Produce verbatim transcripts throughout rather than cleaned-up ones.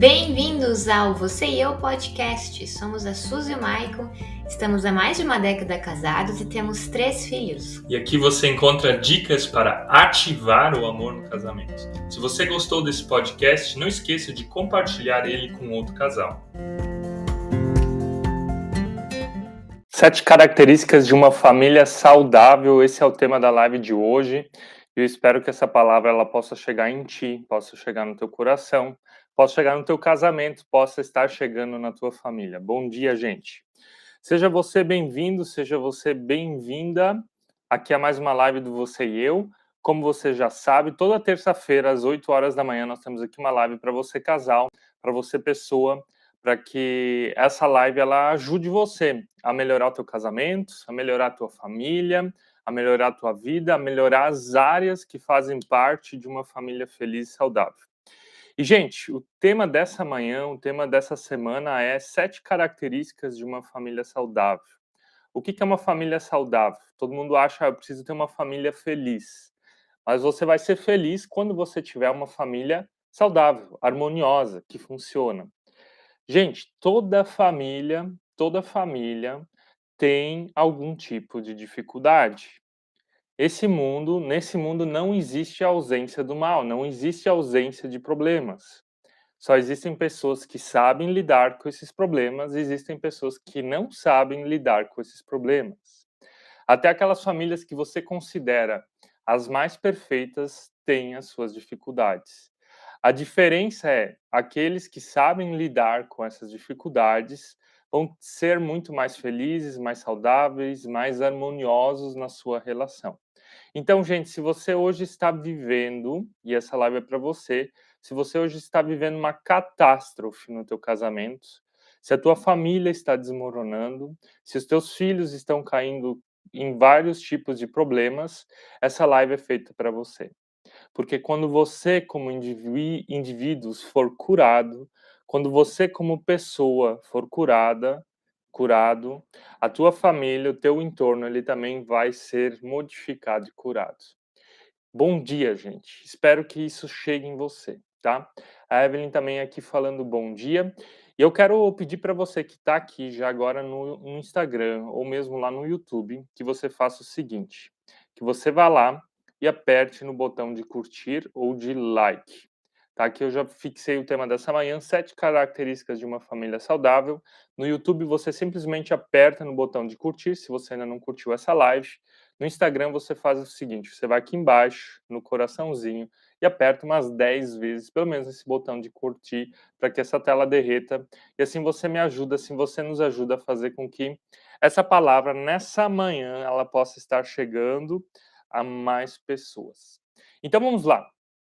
Bem-vindos ao Você e Eu Podcast. Somos a Suzy e o Maicon, estamos há mais de uma década casados e temos três filhos. E aqui você encontra dicas para ativar o amor no casamento. Se você gostou desse podcast, não esqueça de compartilhar ele com outro casal. Sete características de uma família saudável, esse é o tema da live de hoje. Eu espero que essa palavra ela possa chegar em ti, possa chegar no teu coração, possa chegar no teu casamento, possa estar chegando na tua família. Bom dia, gente. Seja você bem-vindo, seja você bem-vinda. Aqui é mais uma live do Você e Eu. Como você já sabe, toda terça-feira, às oito horas da manhã, nós temos aqui uma live para você casal, para você pessoa, para que essa live ela ajude você a melhorar o teu casamento, a melhorar a tua família, a melhorar a tua vida, a melhorar as áreas que fazem parte de uma família feliz e saudável. E, gente, o tema dessa manhã, o tema dessa semana é sete características de uma família saudável. O que que é uma família saudável? Todo mundo acha, ah, eu preciso ter uma família feliz. Mas você vai ser feliz quando você tiver uma família saudável, harmoniosa, que funciona. Gente, toda família, toda família tem algum tipo de dificuldade. Esse mundo, nesse mundo não existe ausência do mal, não existe ausência de problemas. Só existem pessoas que sabem lidar com esses problemas e existem pessoas que não sabem lidar com esses problemas. Até aquelas famílias que você considera as mais perfeitas têm as suas dificuldades. A diferença é, aqueles que sabem lidar com essas dificuldades vão ser muito mais felizes, mais saudáveis, mais harmoniosos na sua relação. Então, gente, se você hoje está vivendo, e essa live é para você, se você hoje está vivendo uma catástrofe no teu casamento, se a tua família está desmoronando, se os teus filhos estão caindo em vários tipos de problemas, essa live é feita para você. Porque quando você, como indiví indivíduo, for curado, quando você, como pessoa, for curada, curado, a tua família, o teu entorno, ele também vai ser modificado e curado. Bom dia, gente. Espero que isso chegue em você, tá? A Evelyn também aqui falando bom dia. E eu quero pedir para você que está aqui já agora no, no Instagram ou mesmo lá no YouTube, que você faça o seguinte, que você vá lá e aperte no botão de curtir ou de like. Tá? Aqui eu já fixei o tema dessa manhã, sete características de uma família saudável. No YouTube você simplesmente aperta no botão de curtir, se você ainda não curtiu essa live. No Instagram você faz o seguinte, você vai aqui embaixo, no coraçãozinho, e aperta umas dez vezes, pelo menos esse botão de curtir, para que essa tela derreta. E assim você me ajuda, assim você nos ajuda a fazer com que essa palavra, nessa manhã, ela possa estar chegando a mais pessoas. Então vamos lá.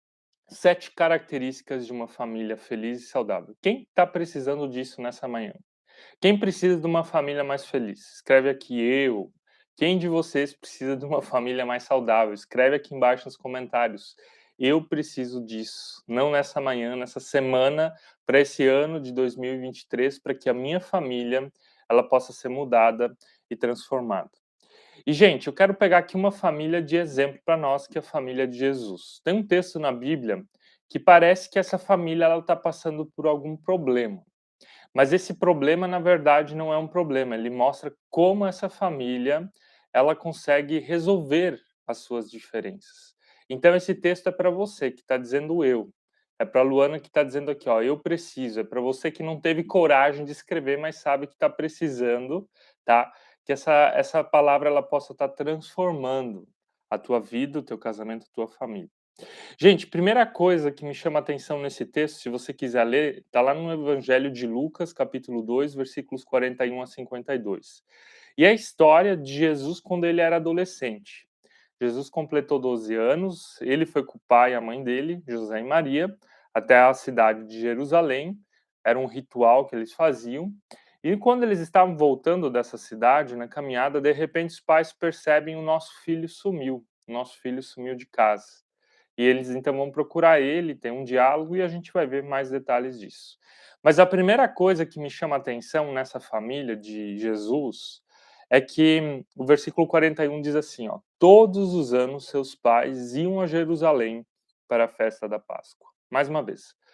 Sete características de uma família feliz e saudável. Quem está precisando disso nessa manhã? Quem precisa de uma família mais feliz? Escreve aqui eu. Quem de vocês precisa de uma família mais saudável? Escreve aqui embaixo nos comentários. Eu preciso disso. Não nessa manhã, nessa semana, para esse ano de dois mil e vinte e três, para que a minha família ela possa ser mudada e transformada. E, gente, eu quero pegar aqui uma família de exemplo para nós, que é a família de Jesus. Tem um texto na Bíblia que parece que essa família está passando por algum problema. Mas esse problema, na verdade, não é um problema. Ele mostra como essa família ela consegue resolver as suas diferenças. Então, esse texto é para você que está dizendo eu. É para a Luana que está dizendo aqui, ó, eu preciso. É para você que não teve coragem de escrever, mas sabe que está precisando, tá? Que essa, essa palavra ela possa estar transformando a tua vida, o teu casamento, a tua família. Gente, primeira coisa que me chama a atenção nesse texto, se você quiser ler, está lá no Evangelho de Lucas, capítulo dois, versículos quarenta e um a cinquenta e dois. E é a história de Jesus quando ele era adolescente. Jesus completou doze anos, ele foi com o pai e a mãe dele, José e Maria, até a cidade de Jerusalém. Era um ritual que eles faziam. E quando eles estavam voltando dessa cidade, na caminhada, de repente os pais percebem o nosso filho sumiu. O nosso filho sumiu de casa. E eles então vão procurar ele, tem um diálogo e a gente vai ver mais detalhes disso. Mas a primeira coisa que me chama a atenção nessa família de Jesus é que o versículo quarenta e um diz assim, ó: todos os anos seus pais iam a Jerusalém para a festa da Páscoa. Mais uma vez.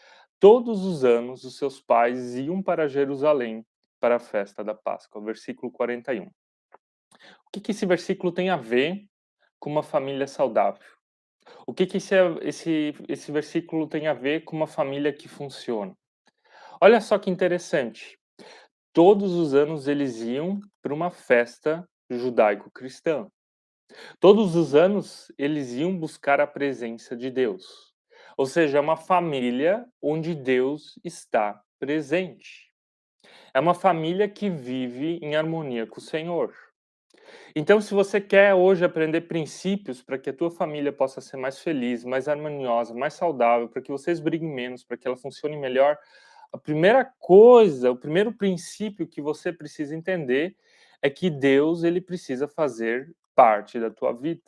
todos os anos os seus pais iam para Jerusalém para a festa da Páscoa. Versículo quarenta e um. O que, que esse versículo tem a ver com uma família saudável? O que, que esse, esse, esse versículo tem a ver com uma família que funciona? Olha só que interessante. Todos os anos eles iam para uma festa judaico-cristã. Todos os anos eles iam buscar a presença de Deus. Ou seja, é uma família onde Deus está presente. É uma família que vive em harmonia com o Senhor. Então, se você quer hoje aprender princípios para que a tua família possa ser mais feliz, mais harmoniosa, mais saudável, para que vocês briguem menos, para que ela funcione melhor, a primeira coisa, o primeiro princípio que você precisa entender é que Deus ele precisa fazer parte da tua vida.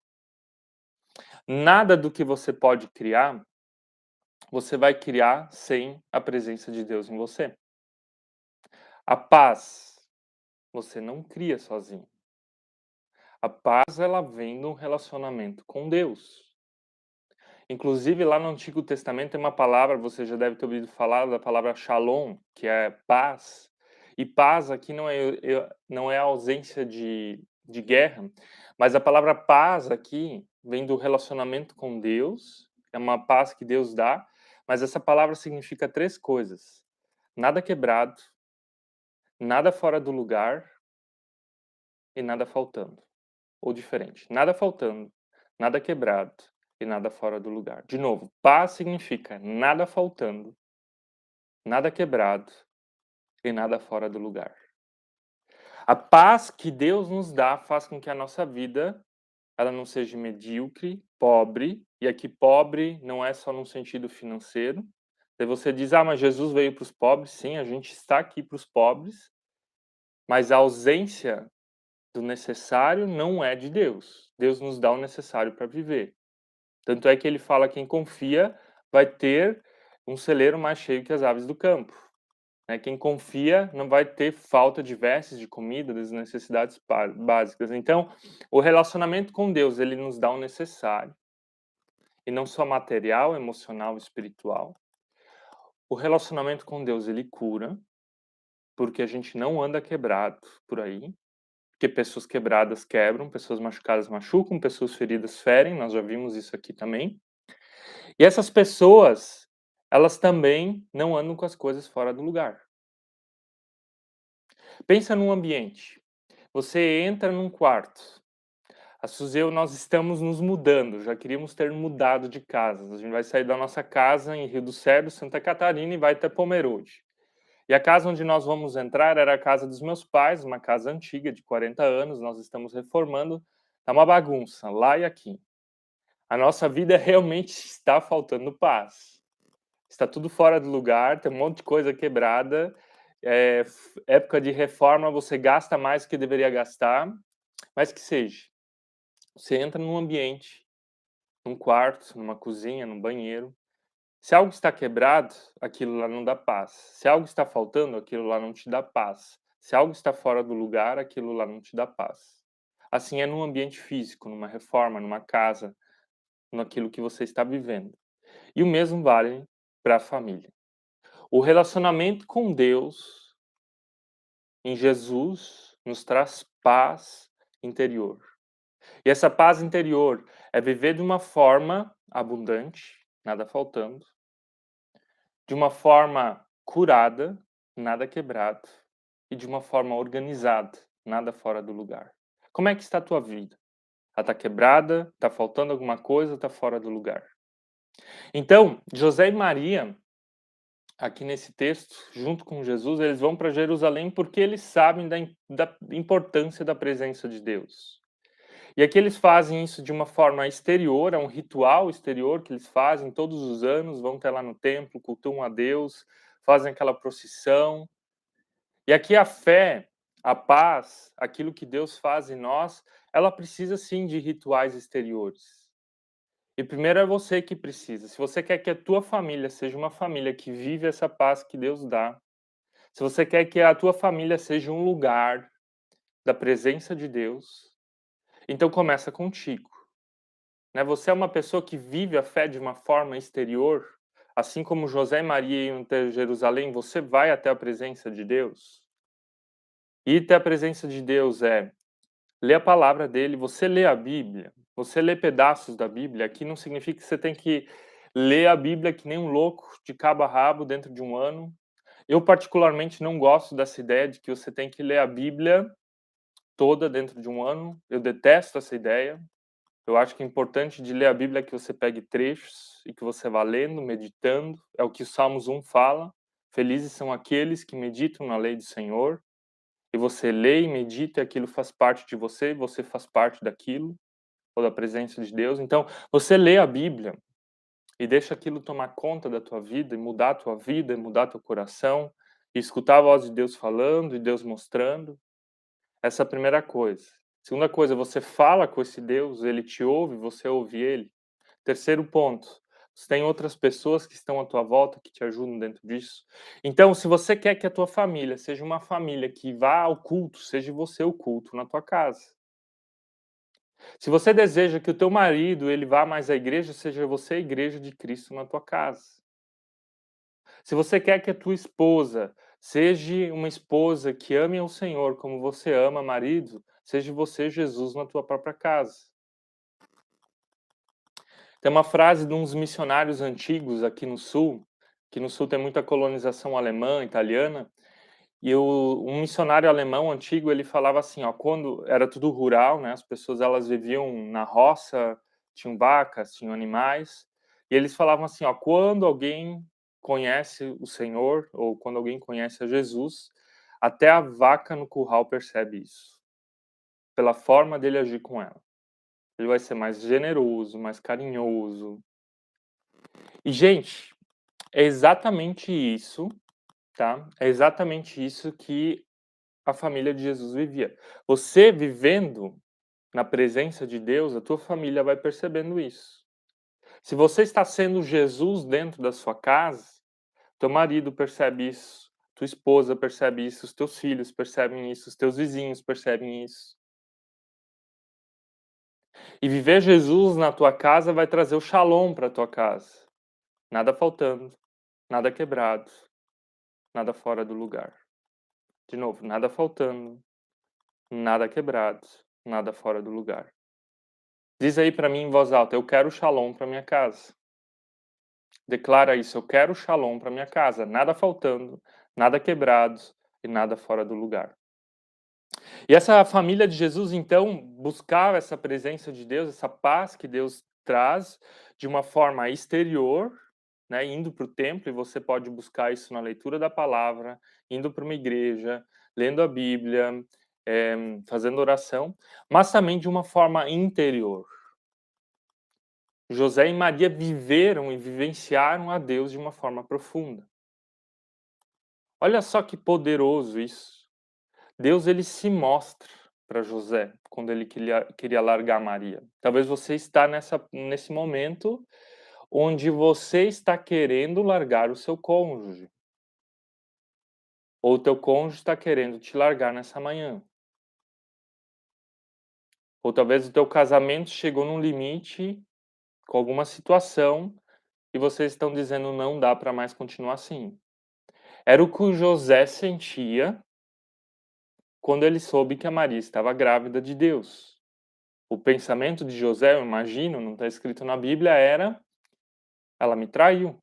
Nada do que você pode criar, você vai criar sem a presença de Deus em você. A paz, você não cria sozinho. A paz, ela vem de um relacionamento com Deus. Inclusive, lá no Antigo Testamento tem uma palavra, você já deve ter ouvido falar da palavra shalom, que é paz. E paz aqui não é, não é a ausência de, de guerra, mas a palavra paz aqui vem do relacionamento com Deus, é uma paz que Deus dá, mas essa palavra significa três coisas: nada quebrado, nada fora do lugar e nada faltando. Ou diferente, nada faltando, nada quebrado e nada fora do lugar. De novo, paz significa nada faltando, nada quebrado e nada fora do lugar. A paz que Deus nos dá faz com que a nossa vida ela não seja medíocre, pobre, e aqui pobre não é só no sentido financeiro. Aí você diz, ah, mas Jesus veio para os pobres. Sim, a gente está aqui para os pobres, mas a ausência do necessário não é de Deus. Deus nos dá o necessário para viver. Tanto é que ele fala que quem confia vai ter um celeiro mais cheio que as aves do campo. Né? Quem confia não vai ter falta de vestes, de comida, das necessidades básicas. Então, o relacionamento com Deus, ele nos dá o necessário. E não só material, emocional, espiritual. O relacionamento com Deus, ele cura, porque a gente não anda quebrado por aí. Porque pessoas quebradas quebram, pessoas machucadas machucam, pessoas feridas ferem, nós já vimos isso aqui também. E essas pessoas, elas também não andam com as coisas fora do lugar. Pensa num ambiente. Você entra num quarto. A Suzy e eu, nós estamos nos mudando, já queríamos ter mudado de casa. A gente vai sair da nossa casa em Rio do Cedro, Santa Catarina, e vai até Pomerode. E a casa onde nós vamos entrar era a casa dos meus pais, uma casa antiga de quarenta anos, nós estamos reformando, tá uma bagunça, lá e aqui. A nossa vida realmente está faltando paz. Está tudo fora do lugar, tem um monte de coisa quebrada, é, época de reforma você gasta mais do que deveria gastar, mas que seja. Você entra num ambiente, num quarto, numa cozinha, num banheiro, se algo está quebrado, aquilo lá não dá paz. Se algo está faltando, aquilo lá não te dá paz. Se algo está fora do lugar, aquilo lá não te dá paz. Assim é num ambiente físico, numa reforma, numa casa, naquilo que você está vivendo. E o mesmo vale para a família. O relacionamento com Deus, em Jesus, nos traz paz interior. E essa paz interior é viver de uma forma abundante, nada faltando, de uma forma curada, nada quebrado, e de uma forma organizada, nada fora do lugar. Como é que está a tua vida? Ela está quebrada? Está faltando alguma coisa? Está fora do lugar? Então, José e Maria, aqui nesse texto, junto com Jesus, eles vão para Jerusalém porque eles sabem da, da importância da presença de Deus. E aqui eles fazem isso de uma forma exterior, é um ritual exterior que eles fazem todos os anos, vão até lá no templo, cultuam a Deus, fazem aquela procissão. E aqui a fé, a paz, aquilo que Deus faz em nós, ela precisa sim de rituais exteriores. E primeiro é você que precisa. Se você quer que a tua família seja uma família que vive essa paz que Deus dá, se você quer que a tua família seja um lugar da presença de Deus, então começa contigo. Né? Você é uma pessoa que vive a fé de uma forma exterior, Assim como José e Maria iam até Jerusalém, você vai até a presença de Deus? Ir até a presença de Deus é ler a palavra dele, você lê a Bíblia, você lê pedaços da Bíblia. Aqui não significa que você tem que ler a Bíblia que nem um louco, de cabo a rabo, dentro de um ano. Eu particularmente não gosto dessa ideia de que você tem que ler a Bíblia toda dentro de um ano. Eu detesto essa ideia. Eu acho que é importante de ler a Bíblia é que você pegue trechos e que você vá lendo, meditando. É o que o Salmos um fala. Felizes são aqueles que meditam na lei do Senhor. E você lê e medita e aquilo faz parte de você, e você faz parte daquilo, ou da presença de Deus. Então, você lê a Bíblia e deixa aquilo tomar conta da tua vida, e mudar a tua vida, e mudar teu coração, e escutar a voz de Deus falando, e Deus mostrando. Essa é a primeira coisa. Segunda coisa, você fala com esse Deus, ele te ouve, você ouve ele. Terceiro ponto, você tem outras pessoas que estão à tua volta que te ajudam dentro disso. Então, se você quer que a tua família seja uma família que vá ao culto, seja você o culto na tua casa. Se você deseja que o teu marido ele vá mais à igreja, seja você a igreja de Cristo na tua casa. Se você quer que a tua esposa seja uma esposa que ame ao Senhor como você ama marido, seja você Jesus na tua própria casa. Tem uma frase de uns missionários antigos aqui no sul, que no sul tem muita colonização alemã, italiana, e o, um missionário alemão antigo ele falava assim, ó, quando era tudo rural, né, as pessoas elas viviam na roça, tinham vacas, tinham animais, e eles falavam assim, ó, quando alguém conhece o Senhor ou quando alguém conhece a Jesus, até a vaca no curral percebe isso, pela forma dele agir com ela. Ele vai ser mais generoso, mais carinhoso. E, gente, é exatamente isso, tá? É exatamente isso que a família de Jesus vivia. Você vivendo na presença de Deus, a tua família vai percebendo isso. Se você está sendo Jesus dentro da sua casa, teu marido percebe isso, tua esposa percebe isso, os teus filhos percebem isso, os teus vizinhos percebem isso. E viver Jesus na tua casa vai trazer o shalom para tua casa. Nada faltando, nada quebrado, nada fora do lugar. De novo, nada faltando, nada quebrado, nada fora do lugar. Diz aí para mim em voz alta, eu quero shalom para minha casa. Declara isso, eu quero shalom para minha casa, nada faltando, nada quebrado e nada fora do lugar. E essa família de Jesus, então, buscava essa presença de Deus, essa paz que Deus traz de uma forma exterior, né, indo para o templo, e você pode buscar isso na leitura da palavra, indo para uma igreja, lendo a Bíblia, é, fazendo oração, mas também de uma forma interior. José e Maria viveram e vivenciaram a Deus de uma forma profunda. Olha só que poderoso isso. Deus ele se mostra para José quando ele queria, queria largar Maria. Talvez você está nessa, nesse momento onde você está querendo largar o seu cônjuge. Ou o teu cônjuge está querendo te largar nessa manhã. Ou talvez o teu casamento chegou num limite com alguma situação e vocês estão dizendo não dá para mais continuar assim. Era o que o José sentia quando ele soube que a Maria estava grávida de Deus. O pensamento de José, eu imagino, não está escrito na Bíblia, era: ela me traiu.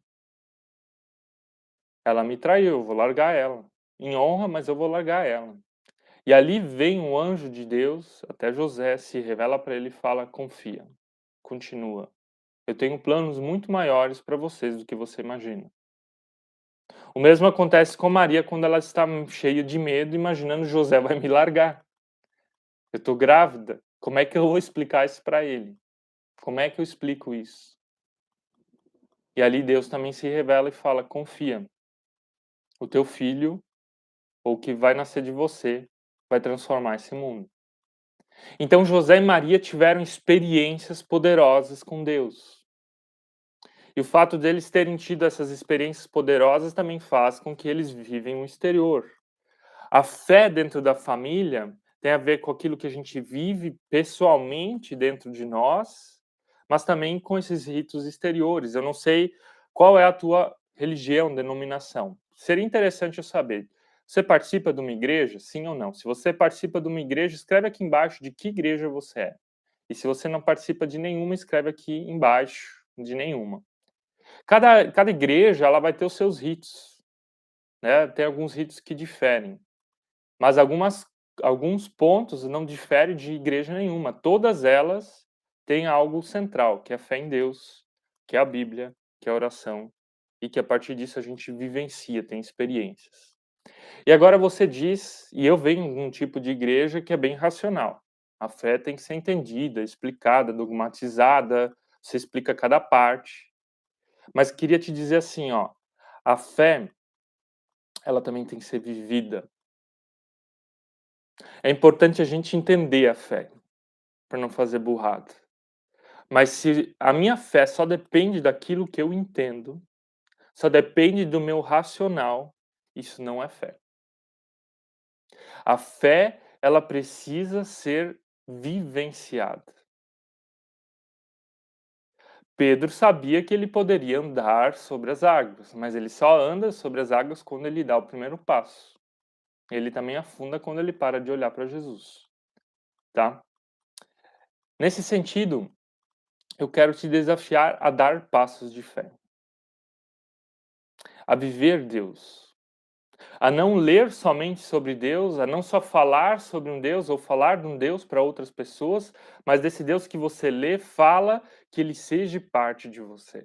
Ela me traiu, eu vou largar ela. Em honra, mas eu vou largar ela. E ali vem um anjo de Deus, até José se revela para ele e fala: confia, continua. Eu tenho planos muito maiores para vocês do que você imagina. O mesmo acontece com Maria quando ela está cheia de medo, imaginando José vai me largar. Eu estou grávida. Como é que eu vou explicar isso para ele? Como é que eu explico isso? E ali Deus também se revela e fala: confia. O teu filho, ou o que vai nascer de você, vai transformar esse mundo. Então José e Maria tiveram experiências poderosas com Deus. E o fato deles terem tido essas experiências poderosas também faz com que eles vivem no exterior. A fé dentro da família tem a ver com aquilo que a gente vive pessoalmente dentro de nós, mas também com esses ritos exteriores. Eu não sei qual é a tua religião, denominação? Seria interessante eu saber. Você participa de uma igreja? Sim ou não? Se você participa de uma igreja, escreve aqui embaixo de que igreja você é. E se você não participa de nenhuma, escreve aqui embaixo de nenhuma. Cada, cada igreja ela vai ter os seus ritos, né? Tem alguns ritos que diferem, mas algumas, alguns pontos não diferem de igreja nenhuma. Todas elas têm algo central, que é a fé em Deus, que é a Bíblia, que é a oração, e que a partir disso a gente vivencia, tem experiências. E agora você diz, e eu venho de um tipo de igreja que é bem racional. A fé tem que ser entendida, explicada, dogmatizada, você explica cada parte. Mas queria te dizer assim, ó, a fé, ela também tem que ser vivida. É importante a gente entender a fé, para não fazer burrada. Mas se a minha fé só depende daquilo que eu entendo, só depende do meu racional, isso não é fé. A fé, ela precisa ser vivenciada. Pedro sabia que ele poderia andar sobre as águas, mas ele só anda sobre as águas quando ele dá o primeiro passo. Ele também afunda quando ele para de olhar para Jesus, tá? Nesse sentido, eu quero te desafiar a dar passos de fé, a viver Deus, a não ler somente sobre Deus, a não só falar sobre um Deus ou falar de um Deus para outras pessoas, mas desse Deus que você lê, fala, que ele seja parte de você.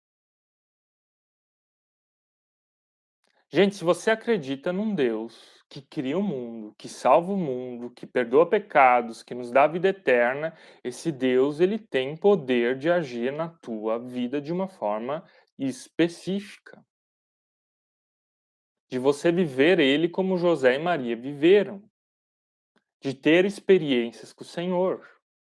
Gente, se você acredita num Deus que cria o mundo, que salva o mundo, que perdoa pecados, que nos dá a vida eterna, esse Deus ele tem poder de agir na tua vida de uma forma específica. De você viver ele como José e Maria viveram. De ter experiências com o Senhor.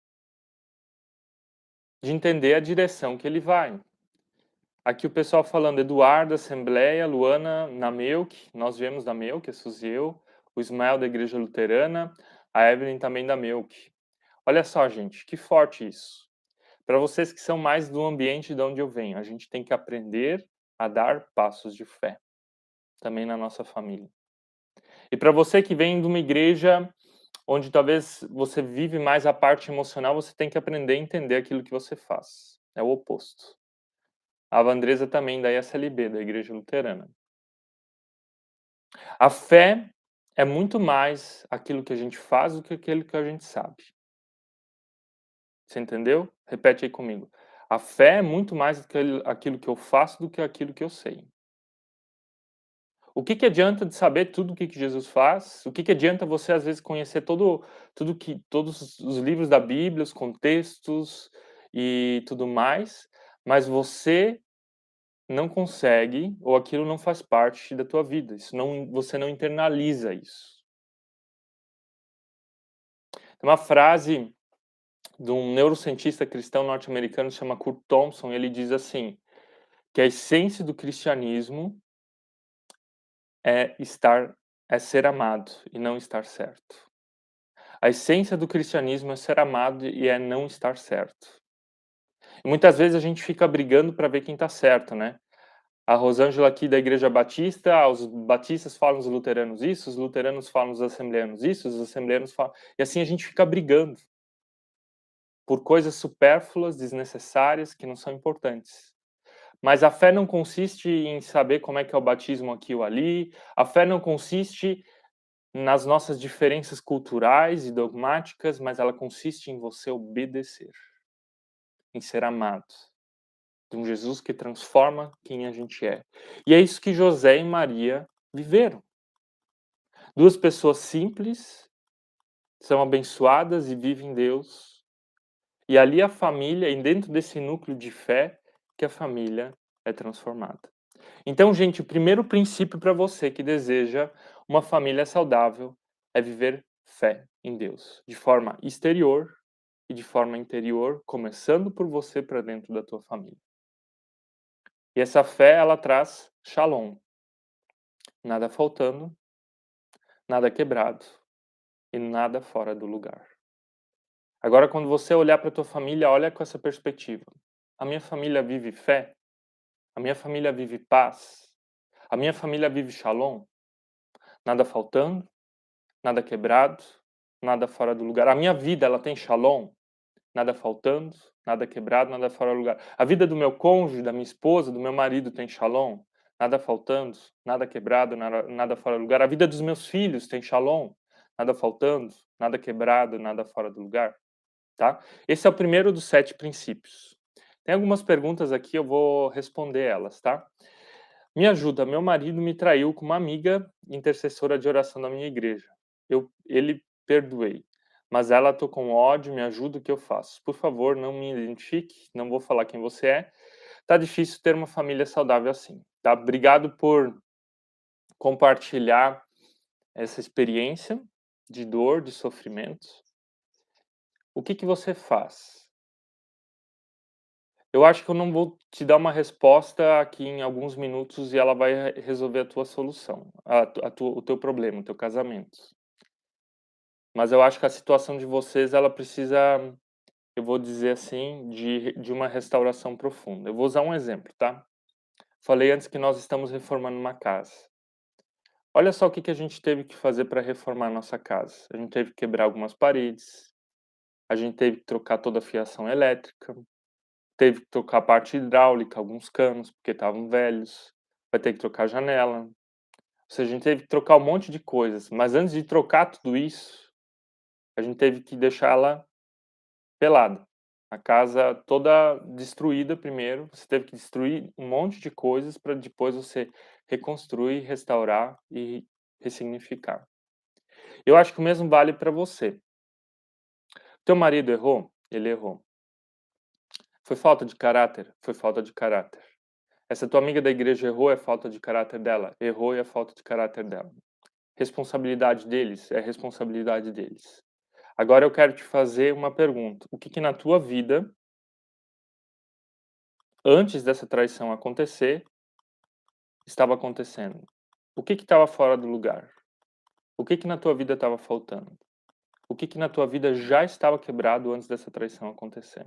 De entender a direção que ele vai. Aqui o pessoal falando, Eduardo, Assembleia, Luana, Namelk, nós viemos da Melk, a Suzy e eu, o Ismael da Igreja Luterana, a Evelyn também da Melk. Olha só, gente, que forte isso. Para vocês que são mais do ambiente de onde eu venho, a gente tem que aprender a dar passos de fé, também na nossa família. E para você que vem de uma igreja onde talvez você vive mais a parte emocional, você tem que aprender a entender aquilo que você faz. É o oposto. A Vandresa também da I S L B, da Igreja Luterana. A fé é muito mais aquilo que a gente faz do que aquilo que a gente sabe. Você entendeu? Repete aí comigo. A fé é muito mais aquilo que eu faço do que aquilo que eu sei. O que, que adianta de saber tudo o que, que Jesus faz? O que, que adianta você, às vezes, conhecer todo, tudo que, todos os livros da Bíblia, os contextos e tudo mais, mas você não consegue, ou aquilo não faz parte da tua vida. Isso não, você não internaliza isso. Tem uma frase de um neurocientista cristão norte-americano, chama Kurt Thompson, ele diz assim, que a essência do cristianismo é estar, é ser amado e não estar certo. A essência do cristianismo é ser amado e é não estar certo. E muitas vezes a gente fica brigando para ver quem está certo, né? A Rosângela aqui da Igreja Batista, os batistas falam os luteranos isso, os luteranos falam os assembleanos isso, os assembleanos falam... E assim a gente fica brigando por coisas supérfluas, desnecessárias, que não são importantes. Mas a fé não consiste em saber como é que é o batismo aqui ou ali, a fé não consiste nas nossas diferenças culturais e dogmáticas, mas ela consiste em você obedecer, em ser amado, de um Jesus que transforma quem a gente é. E é isso que José e Maria viveram. Duas pessoas simples, são abençoadas e vivem Deus. E ali a família, e dentro desse núcleo de fé, que a família é transformada. Então, gente, o primeiro princípio para você que deseja uma família saudável é viver fé em Deus, de forma exterior e de forma interior, começando por você para dentro da tua família. E essa fé, ela traz shalom. Nada faltando, nada quebrado e nada fora do lugar. Agora, quando você olhar para a tua família, olha com essa perspectiva. A minha família vive fé? A minha família vive paz? A minha família vive shalom? Nada faltando? Nada quebrado? Nada fora do lugar? A minha vida, ela tem shalom? Nada faltando? Nada quebrado? Nada fora do lugar? A vida do meu cônjuge, da minha esposa, do meu marido tem shalom? Nada faltando? Nada quebrado? Nada, nada fora do lugar? A vida dos meus filhos tem shalom? Nada faltando? Nada quebrado? Nada fora do lugar? Tá? Esse é o primeiro dos sete princípios. Tem algumas perguntas aqui, eu vou responder elas, tá? Me ajuda, meu marido me traiu com uma amiga intercessora de oração da minha igreja. Eu, ele perdoei, mas ela tô com ódio, me ajuda, o que eu faço? Por favor, não me identifique, não vou falar quem você é. Tá difícil ter uma família saudável assim, tá? Obrigado por compartilhar essa experiência de dor, de sofrimento. O que que você faz? Eu acho que eu não vou te dar uma resposta aqui em alguns minutos e ela vai re resolver a tua solução, a tu a tua o teu problema, o teu casamento. Mas eu acho que a situação de vocês, ela precisa, eu vou dizer assim, de de uma restauração profunda. Eu vou usar um exemplo, tá? Falei antes que nós estamos reformando uma casa. Olha só o que que a gente teve que fazer para reformar a nossa casa. A gente teve que quebrar algumas paredes, a gente teve que trocar toda a fiação elétrica, teve que trocar a parte hidráulica, alguns canos, porque estavam velhos, vai ter que trocar a janela. Ou seja, a gente teve que trocar um monte de coisas, mas antes de trocar tudo isso, a gente teve que deixá-la pelada. A casa toda destruída primeiro, você teve que destruir um monte de coisas para depois você reconstruir, restaurar e ressignificar. Eu acho que o mesmo vale para você. Teu marido errou? Ele errou. Foi falta de caráter? Foi falta de caráter. Essa tua amiga da igreja errou, é falta de caráter dela? Errou e é falta de caráter dela. Responsabilidade deles? É responsabilidade deles. Agora eu quero te fazer uma pergunta. O que que na tua vida, antes dessa traição acontecer, estava acontecendo? O que que estava fora do lugar? O que que na tua vida estava faltando? O que que na tua vida já estava quebrado antes dessa traição acontecer?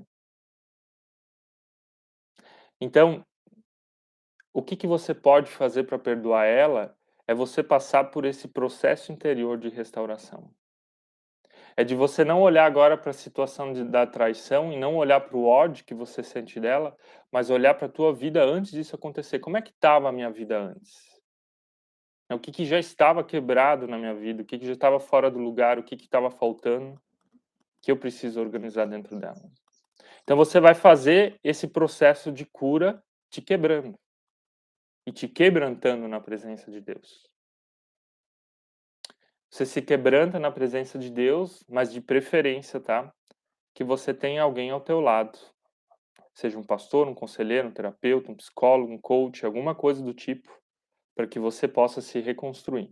Então, o que que você pode fazer para perdoar ela é você passar por esse processo interior de restauração. É de você não olhar agora para a situação de da traição e não olhar para o ódio que você sente dela, mas olhar para a tua vida antes disso acontecer. Como é que estava a minha vida antes? O que que já estava quebrado na minha vida? O que que já estava fora do lugar? O que que estava faltando, que eu preciso organizar dentro dela? Então você vai fazer esse processo de cura te quebrando e te quebrantando na presença de Deus. Você se quebranta na presença de Deus, mas de preferência, tá? Que você tenha alguém ao teu lado, seja um pastor, um conselheiro, um terapeuta, um psicólogo, um coach, alguma coisa do tipo, para que você possa se reconstruir.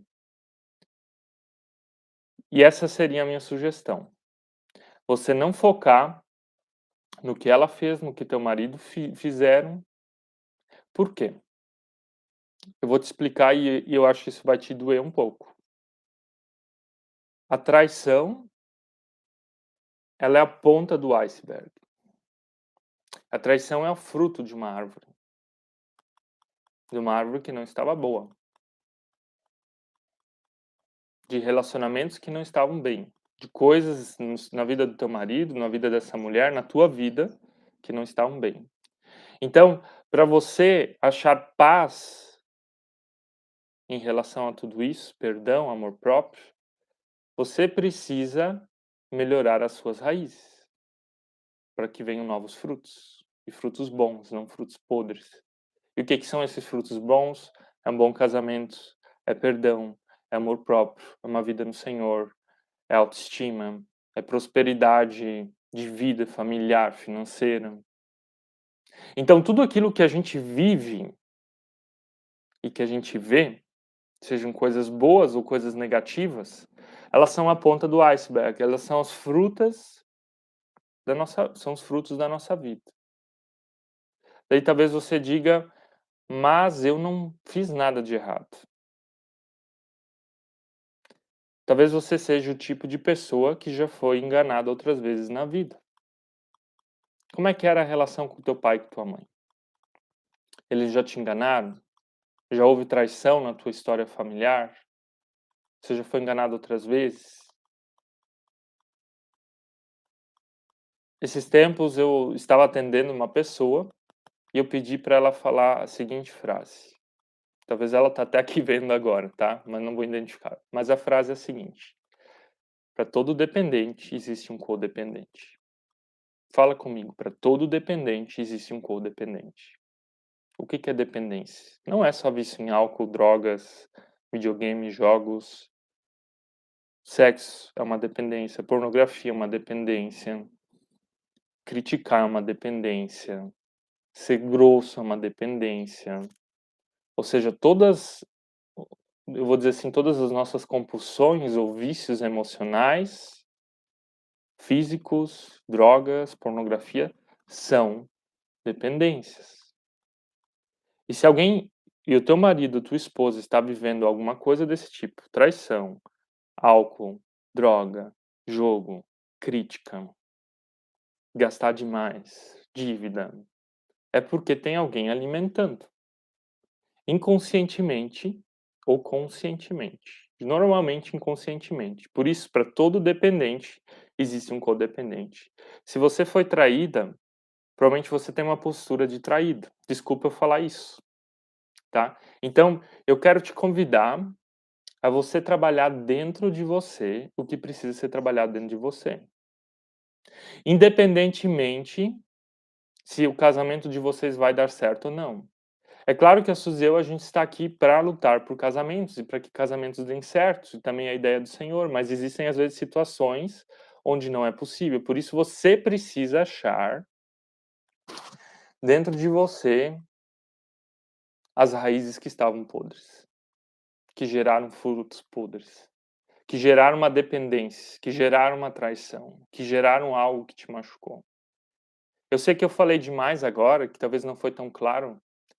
E essa seria a minha sugestão. Você não focar no que ela fez, no que teu marido fi fizeram. Por quê? Eu vou te explicar e e eu acho que isso vai te doer um pouco. A traição, ela é a ponta do iceberg. A traição é o fruto de uma árvore, de uma árvore que não estava boa, de relacionamentos que não estavam bem, de coisas nos na vida do teu marido, na vida dessa mulher, na tua vida, que não estavam bem. Então, para você achar paz em relação a tudo isso, perdão, amor próprio, você precisa melhorar as suas raízes, para que venham novos frutos, e frutos bons, não frutos podres. E o que que são esses frutos bons? É um bom casamento, é perdão, é amor próprio, é uma vida no Senhor, é autoestima, é prosperidade de vida familiar, financeira. Então tudo aquilo que a gente vive e que a gente vê, sejam coisas boas ou coisas negativas, elas são a ponta do iceberg, elas são as frutas da nossa são os frutos da nossa vida. Daí talvez você diga: "Mas eu não fiz nada de errado". Talvez você seja o tipo de pessoa que já foi enganado outras vezes na vida. Como é que era a relação com teu pai e com tua mãe? Eles já te enganaram? Já houve traição na tua história familiar? Você já foi enganado outras vezes? Esses tempos eu estava atendendo uma pessoa e eu pedi para ela falar a seguinte frase. Talvez ela tá até aqui vendo agora, tá? Mas não vou identificar. Mas a frase é a seguinte: para todo dependente existe um codependente. Fala comigo, para todo dependente existe um codependente. O que que é dependência? Não é só vício em álcool, drogas, videogame, jogos. Sexo é uma dependência, pornografia é uma dependência, criticar é uma dependência, ser grosso é uma dependência. Ou seja, todas, eu vou dizer assim, todas as nossas compulsões ou vícios emocionais, físicos, drogas, pornografia, são dependências. E se alguém, e o teu marido, tua esposa está vivendo alguma coisa desse tipo, traição, álcool, droga, jogo, crítica, gastar demais, dívida, é porque tem alguém alimentando, inconscientemente ou conscientemente. Normalmente inconscientemente. Por isso, para todo dependente, existe um codependente. Se você foi traída, provavelmente você tem uma postura de traído. Desculpa eu falar isso, tá? Então, eu quero te convidar a você trabalhar dentro de você o que precisa ser trabalhado dentro de você. Independentemente se o casamento de vocês vai dar certo ou não. É claro que a Suzy e eu, a gente está aqui para lutar por casamentos e para que casamentos deem certo, e também é a ideia do Senhor, mas existem às vezes situações onde não é possível. Por isso você precisa achar dentro de você as raízes que estavam podres, que geraram frutos podres, que geraram uma dependência, que geraram uma traição, que geraram algo que te machucou. Eu sei que eu falei demais agora, que talvez não foi tão claro,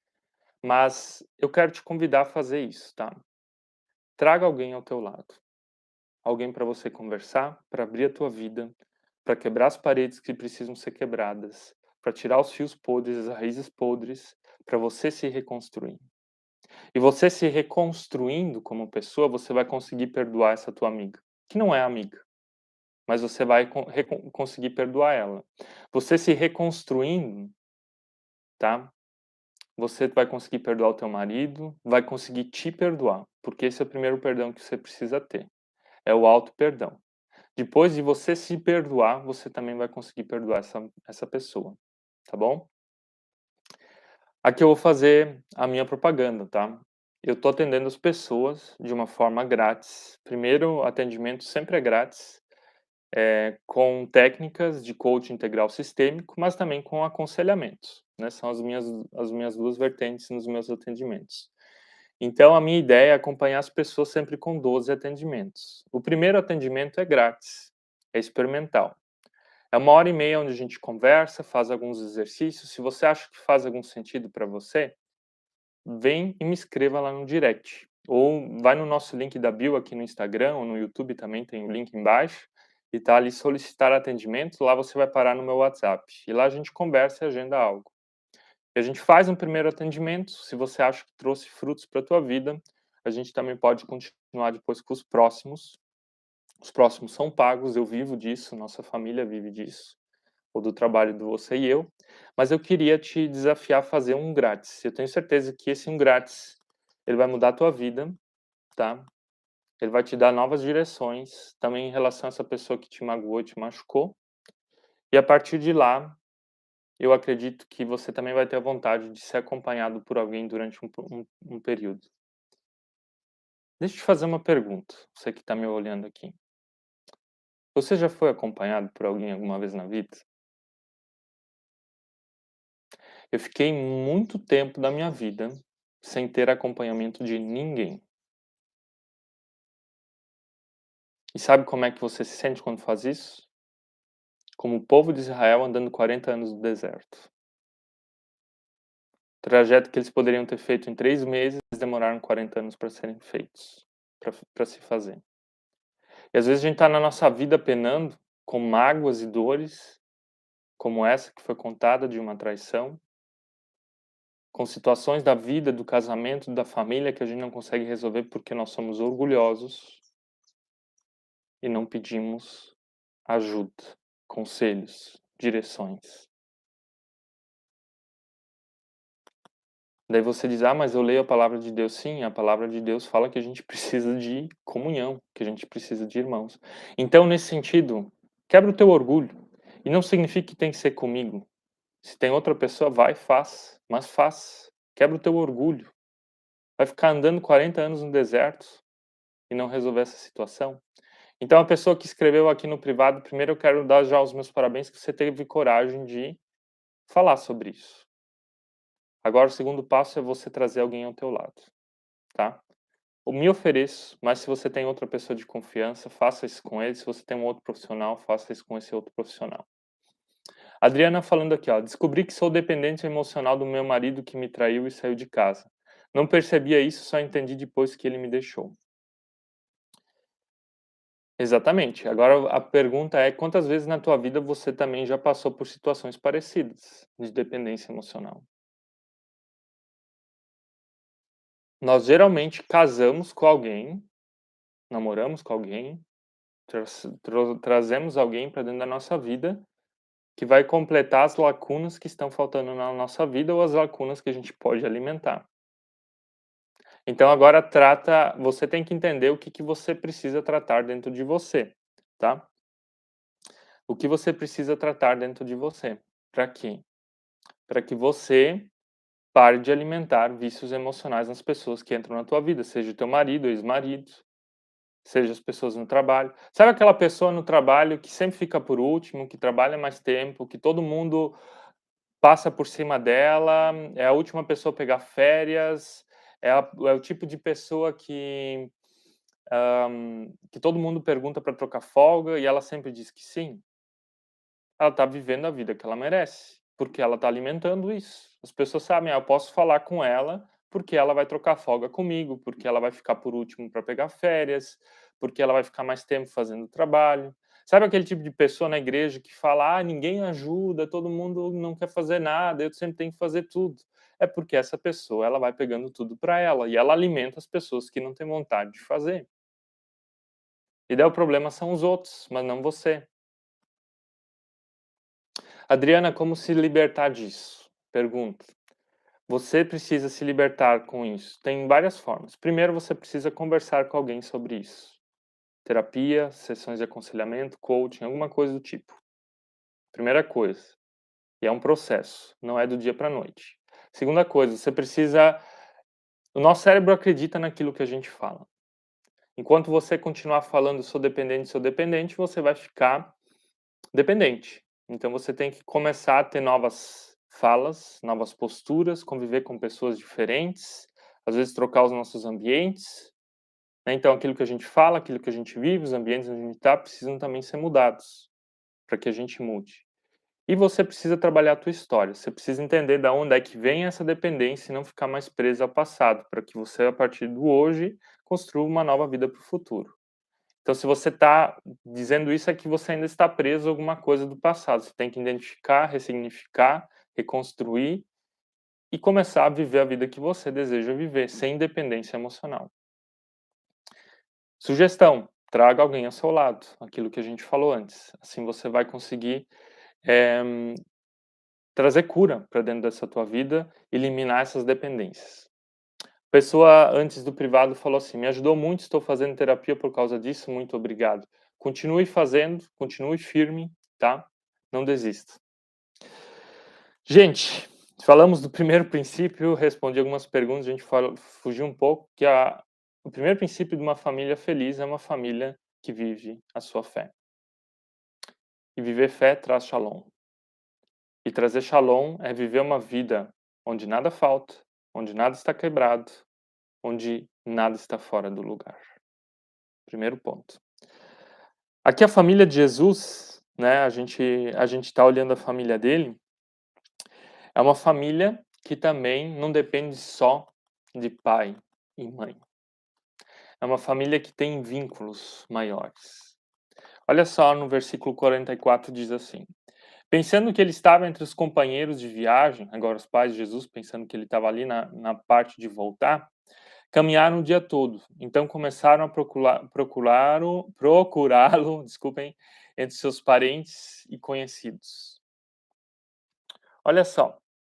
mas eu quero te convidar a fazer isso, tá? Traga alguém ao teu lado. Alguém para você conversar, para abrir a tua vida, para quebrar as paredes que precisam ser quebradas, para tirar os fios podres, as raízes podres, para você se reconstruir. E você se reconstruindo como pessoa, você vai conseguir perdoar essa tua amiga, que não é amiga, mas você vai con recon conseguir perdoar ela. Você se reconstruindo, tá, você vai conseguir perdoar o teu marido, vai conseguir te perdoar, porque esse é o primeiro perdão que você precisa ter, é o auto-perdão. Depois de você se perdoar, você também vai conseguir perdoar essa essa pessoa, tá bom? Aqui eu vou fazer a minha propaganda, tá? Eu tô atendendo as pessoas de uma forma grátis. Primeiro, o atendimento sempre é grátis, eh, com técnicas de coaching integral sistêmico, mas também com aconselhamentos, né, são as minhas as minhas duas vertentes nos meus atendimentos. Então a minha ideia é acompanhar as pessoas sempre com doze atendimentos. O primeiro atendimento é grátis, é experimental. É uma hora e meia onde a gente conversa, faz alguns exercícios. Se você acha que faz algum sentido para você, vem e me escreva lá no direct. Ou vai no nosso link da bio aqui no Instagram ou no YouTube também tem o link embaixo. E tá ali solicitar atendimento, lá você vai parar no meu WhatsApp. E lá a gente conversa e agenda algo. E a gente faz um primeiro atendimento, se você acha que trouxe frutos para a tua vida, a gente também pode continuar depois com os próximos. Os próximos são pagos, eu vivo disso, nossa família vive disso, ou do trabalho do você e eu, mas eu queria te desafiar a fazer um grátis. Eu tenho certeza que esse um grátis, ele vai mudar a tua vida, tá? Ele vai te dar novas direções, também em relação a essa pessoa que te magoou e te machucou. E a partir de lá, eu acredito que você também vai ter a vontade de ser acompanhado por alguém durante um, um, um período. Deixa eu te fazer uma pergunta, você que está me olhando aqui. Você já foi acompanhado por alguém alguma vez na vida? Eu fiquei muito tempo da minha vida sem ter acompanhamento de ninguém. E sabe como é que você se sente quando faz isso? Como o povo de Israel andando quarenta anos no deserto. Trajeto que eles poderiam ter feito em três meses, demoraram quarenta anos para serem feitos, para se fazer. E às vezes a gente está na nossa vida penando com mágoas e dores, como essa que foi contada de uma traição. com situações da vida, do casamento, da família que a gente não consegue resolver porque nós somos orgulhosos e não pedimos ajuda, conselhos, direções. Daí você diz: "Ah, mas eu leio a palavra de Deus". Sim, a palavra de Deus fala que a gente precisa de comunhão, que a gente precisa de irmãos. Então, nesse sentido, quebra o teu orgulho. E não significa que tem que ser comigo. Se tem outra pessoa, vai, faz, mas faz. Quebra o teu orgulho. Vai ficar andando quarenta anos no deserto e não resolver essa situação? Então, a pessoa que escreveu aqui no privado, primeiro eu quero dar já os meus parabéns que você teve coragem de falar sobre isso. Agora o segundo passo é você trazer alguém ao teu lado, tá? Eu me ofereço, mas se você tem outra pessoa de confiança, faça isso com ele. Se você tem um outro profissional, faça isso com esse outro profissional. Adriana falando aqui, ó, descobri que sou dependente emocional do meu marido que me traiu e saiu de casa. Não percebia isso, só entendi depois que ele me deixou. Exatamente. Agora a pergunta é quantas vezes na tua vida você também já passou por situações parecidas de dependência emocional? Nós geralmente casamos com alguém, namoramos com alguém, tra tro trazemos alguém para dentro da nossa vida, que vai completar as lacunas que estão faltando na nossa vida ou as lacunas que a gente pode alimentar. Então agora trata você tem que entender o que que você precisa tratar dentro de você, tá? O que você precisa tratar dentro de você. Para quê? Para que você pare de alimentar vícios emocionais nas pessoas que entram na tua vida, seja o teu marido, ex-marido, seja as pessoas no trabalho. Sabe aquela pessoa no trabalho que sempre fica por último, que trabalha mais tempo, que todo mundo passa por cima dela, é a última pessoa a pegar férias, é, a, é o tipo de pessoa que, um, que todo mundo pergunta para trocar folga e ela sempre diz que sim. Ela está vivendo a vida que ela merece, porque ela está alimentando isso. As pessoas sabem, ah, eu posso falar com ela, porque ela vai trocar folga comigo, porque ela vai ficar por último para pegar férias, porque ela vai ficar mais tempo fazendo trabalho. Sabe aquele tipo de pessoa na igreja que fala: "Ah, ninguém ajuda, todo mundo não quer fazer nada, eu sempre tenho que fazer tudo". É porque essa pessoa, ela vai pegando tudo para ela e ela alimenta as pessoas que não têm vontade de fazer. E daí o problema são os outros, mas não você. Adriana, como se libertar disso? Pergunta. Você precisa se libertar com isso. Tem várias formas. Primeiro, você precisa conversar com alguém sobre isso. Terapia, sessões de aconselhamento, coaching, alguma coisa do tipo. Primeira coisa. E é um processo, não é do dia para a noite. Segunda coisa, você precisa. O nosso cérebro acredita naquilo que a gente fala. Enquanto você continuar falando sou dependente, sou dependente, você vai ficar dependente. Então você tem que começar a ter novas falas, novas posturas, conviver com pessoas diferentes, às vezes trocar os nossos ambientes, né. Então aquilo que a gente fala, aquilo que a gente vive, os ambientes onde a gente está, precisam também ser mudados, para que a gente mude. E você precisa trabalhar a tua história, você precisa entender da onde é que vem essa dependência e não ficar mais preso ao passado, para que você, a partir do hoje, construa uma nova vida para o futuro. Então, se você está dizendo isso, é que você ainda está preso a alguma coisa do passado. Você tem que identificar, ressignificar, reconstruir e começar a viver a vida que você deseja viver, sem dependência emocional. Sugestão: traga alguém ao seu lado, aquilo que a gente falou antes. Assim você vai conseguir eh, trazer cura para dentro dessa tua vida, eliminar essas dependências. Pessoa antes do privado falou assim: "Me ajudou muito, estou fazendo terapia por causa disso, muito obrigado". Continue fazendo, continue firme, tá? Não desista. Gente, falamos do primeiro princípio, respondi algumas perguntas, a gente fala fugiu um pouco, que a o primeiro princípio de uma família feliz é uma família que vive a sua fé. E viver fé traz shalom. E trazer shalom é viver uma vida onde nada falta, onde nada está quebrado, onde nada está fora do lugar. Primeiro ponto. Aqui a família de Jesus, né, a gente a gente está olhando a família dele, é uma família que também não depende só de pai e mãe. É uma família que tem vínculos maiores. Olha só no versículo quarenta e quatro diz assim: Pensando que ele estava entre os companheiros de viagem, agora os pais de Jesus, pensando que ele estava ali na, na parte de voltar, caminharam o dia todo. Então começaram a procurar, procurá-lo, procurá-lo, desculpem, entre seus parentes e conhecidos. Olha só,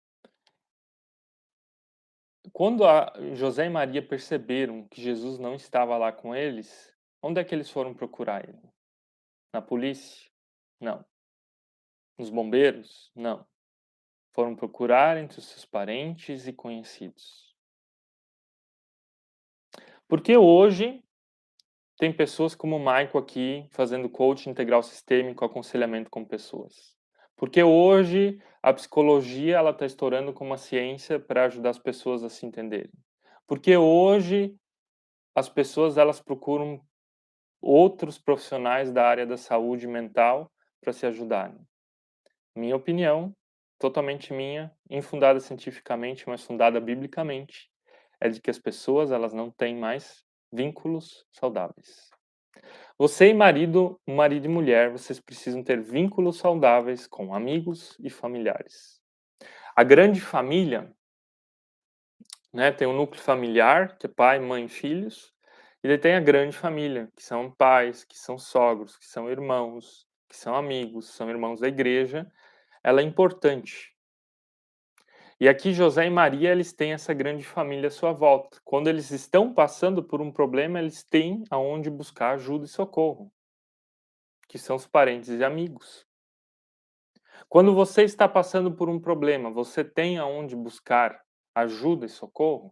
quando a José e Maria perceberam que Jesus não estava lá com eles, onde é que eles foram procurar ele? Na polícia? Não. Nos bombeiros? Não. Foram procurar entre os seus parentes e conhecidos. Porque hoje tem pessoas como o Michael aqui fazendo coaching integral sistêmico, aconselhamento com pessoas. Porque hoje a psicologia ela está estourando como uma ciência para ajudar as pessoas a se entenderem. Porque hoje as pessoas elas procuram outros profissionais da área da saúde mental para se ajudarem. Minha opinião, totalmente minha, infundada cientificamente, mas fundada biblicamente, é de que as pessoas elas não têm mais vínculos saudáveis. Você e marido, marido e mulher, vocês precisam ter vínculos saudáveis com amigos e familiares. A grande família, né, tem um núcleo familiar, que é pai, mãe, filhos, e daí tem a grande família, que são pais, que são sogros, que são irmãos, que são amigos, são irmãos da igreja. Ela é importante. E aqui José e Maria, eles têm essa grande família à sua volta. Quando eles estão passando por um problema, eles têm aonde buscar ajuda e socorro, que são os parentes e amigos. Quando você está passando por um problema, você tem aonde buscar ajuda e socorro?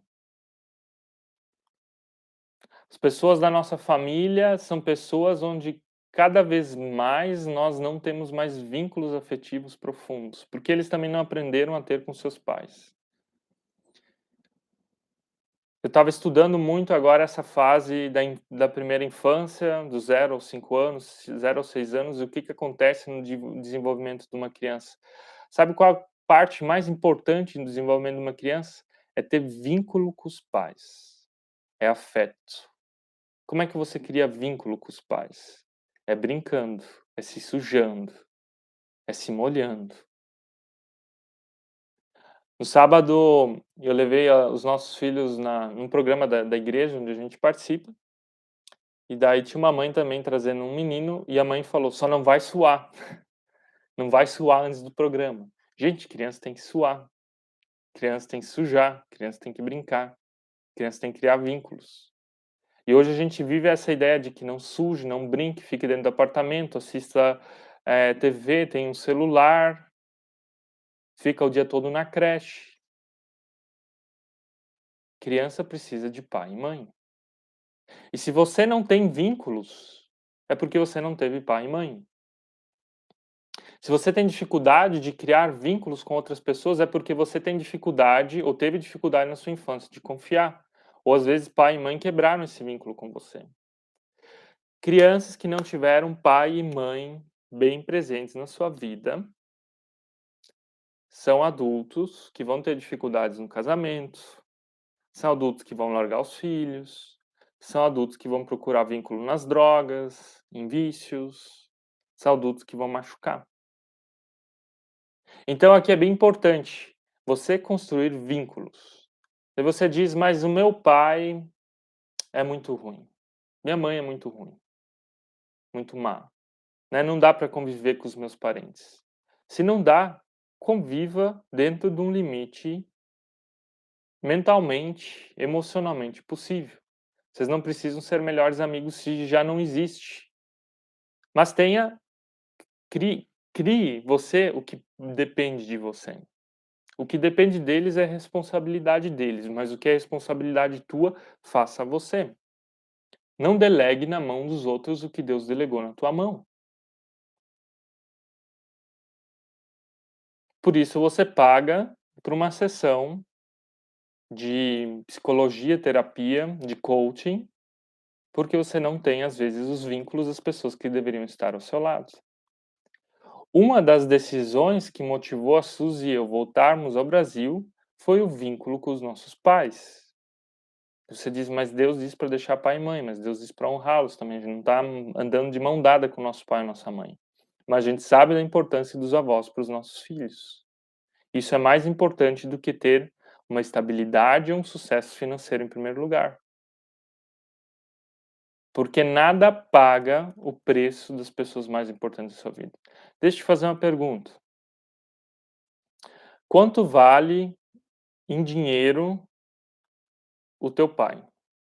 As pessoas da nossa família são pessoas onde cada vez mais nós não temos mais vínculos afetivos profundos, porque eles também não aprenderam a ter com seus pais. Eu estava estudando muito agora essa fase da, in- da primeira infância, do zero aos cinco anos, zero aos seis anos, e o que, que acontece no de- desenvolvimento de uma criança. Sabe qual a parte mais importante no desenvolvimento de uma criança? É ter vínculo com os pais. É afeto. Como é que você cria vínculo com os pais? É brincando, é se sujando, é se molhando. No sábado, eu levei ah, os nossos filhos na, num programa da, da igreja onde a gente participa. E daí tinha uma mãe também trazendo um menino e a mãe falou: só não vai suar. Não vai suar antes do programa. Gente, criança tem que suar. Criança tem que sujar. Criança tem que brincar. Criança tem que criar vínculos. E hoje a gente vive essa ideia de que não suje, não brinque, fique dentro do apartamento, assista eh, T V, tem um celular, fica o dia todo na creche. Criança precisa de pai e mãe. E se você não tem vínculos, é porque você não teve pai e mãe. Se você tem dificuldade de criar vínculos com outras pessoas, é porque você tem dificuldade ou teve dificuldade na sua infância de confiar. Ou às vezes pai e mãe quebraram esse vínculo com você. Crianças que não tiveram pai e mãe bem presentes na sua vida são adultos que vão ter dificuldades no casamento, são adultos que vão largar os filhos, são adultos que vão procurar vínculo nas drogas, em vícios, são adultos que vão machucar. Então aqui é bem importante você construir vínculos. E você diz, mas o meu pai é muito ruim. Minha mãe é muito ruim, muito má. Né? Não dá para conviver com os meus parentes. Se não dá, conviva dentro de um limite mentalmente, emocionalmente possível. Vocês não precisam ser melhores amigos se já não existe. Mas tenha, crie, crie você o que depende de você. O que depende deles é responsabilidade deles, mas o que é responsabilidade tua, faça você. Não delegue na mão dos outros o que Deus delegou na tua mão. Por isso você paga por uma sessão de psicologia, terapia, de coaching, porque você não tem às vezes os vínculos das pessoas que deveriam estar ao seu lado. Uma das decisões que motivou a Suzy e eu voltarmos ao Brasil foi o vínculo com os nossos pais. Você diz, mas Deus diz para deixar pai e mãe, mas Deus diz para honrá-los também. A gente não está andando de mão dada com o nosso pai e nossa mãe. mas a gente sabe da importância dos avós para os nossos filhos. Isso é mais importante do que ter uma estabilidade e um sucesso financeiro em primeiro lugar. Porque nada paga o preço das pessoas mais importantes da sua vida. Deixa eu te fazer uma pergunta. Quanto vale em dinheiro o teu pai,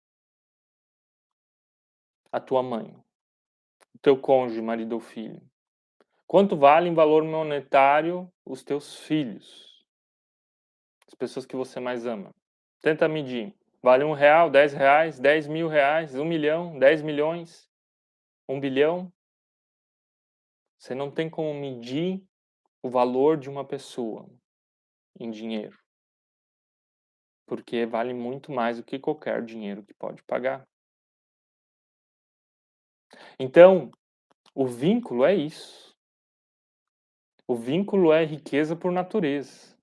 a tua mãe, o teu cônjuge, marido ou filho? Quanto vale em valor monetário os teus filhos, as pessoas que você mais ama? Tenta medir. Vale um real, dez reais, dez mil reais, um milhão, dez milhões, um bilhão? Você não tem como medir o valor de uma pessoa em dinheiro, porque vale muito mais do que qualquer dinheiro que pode pagar. Então, o vínculo é isso. O vínculo é riqueza por natureza.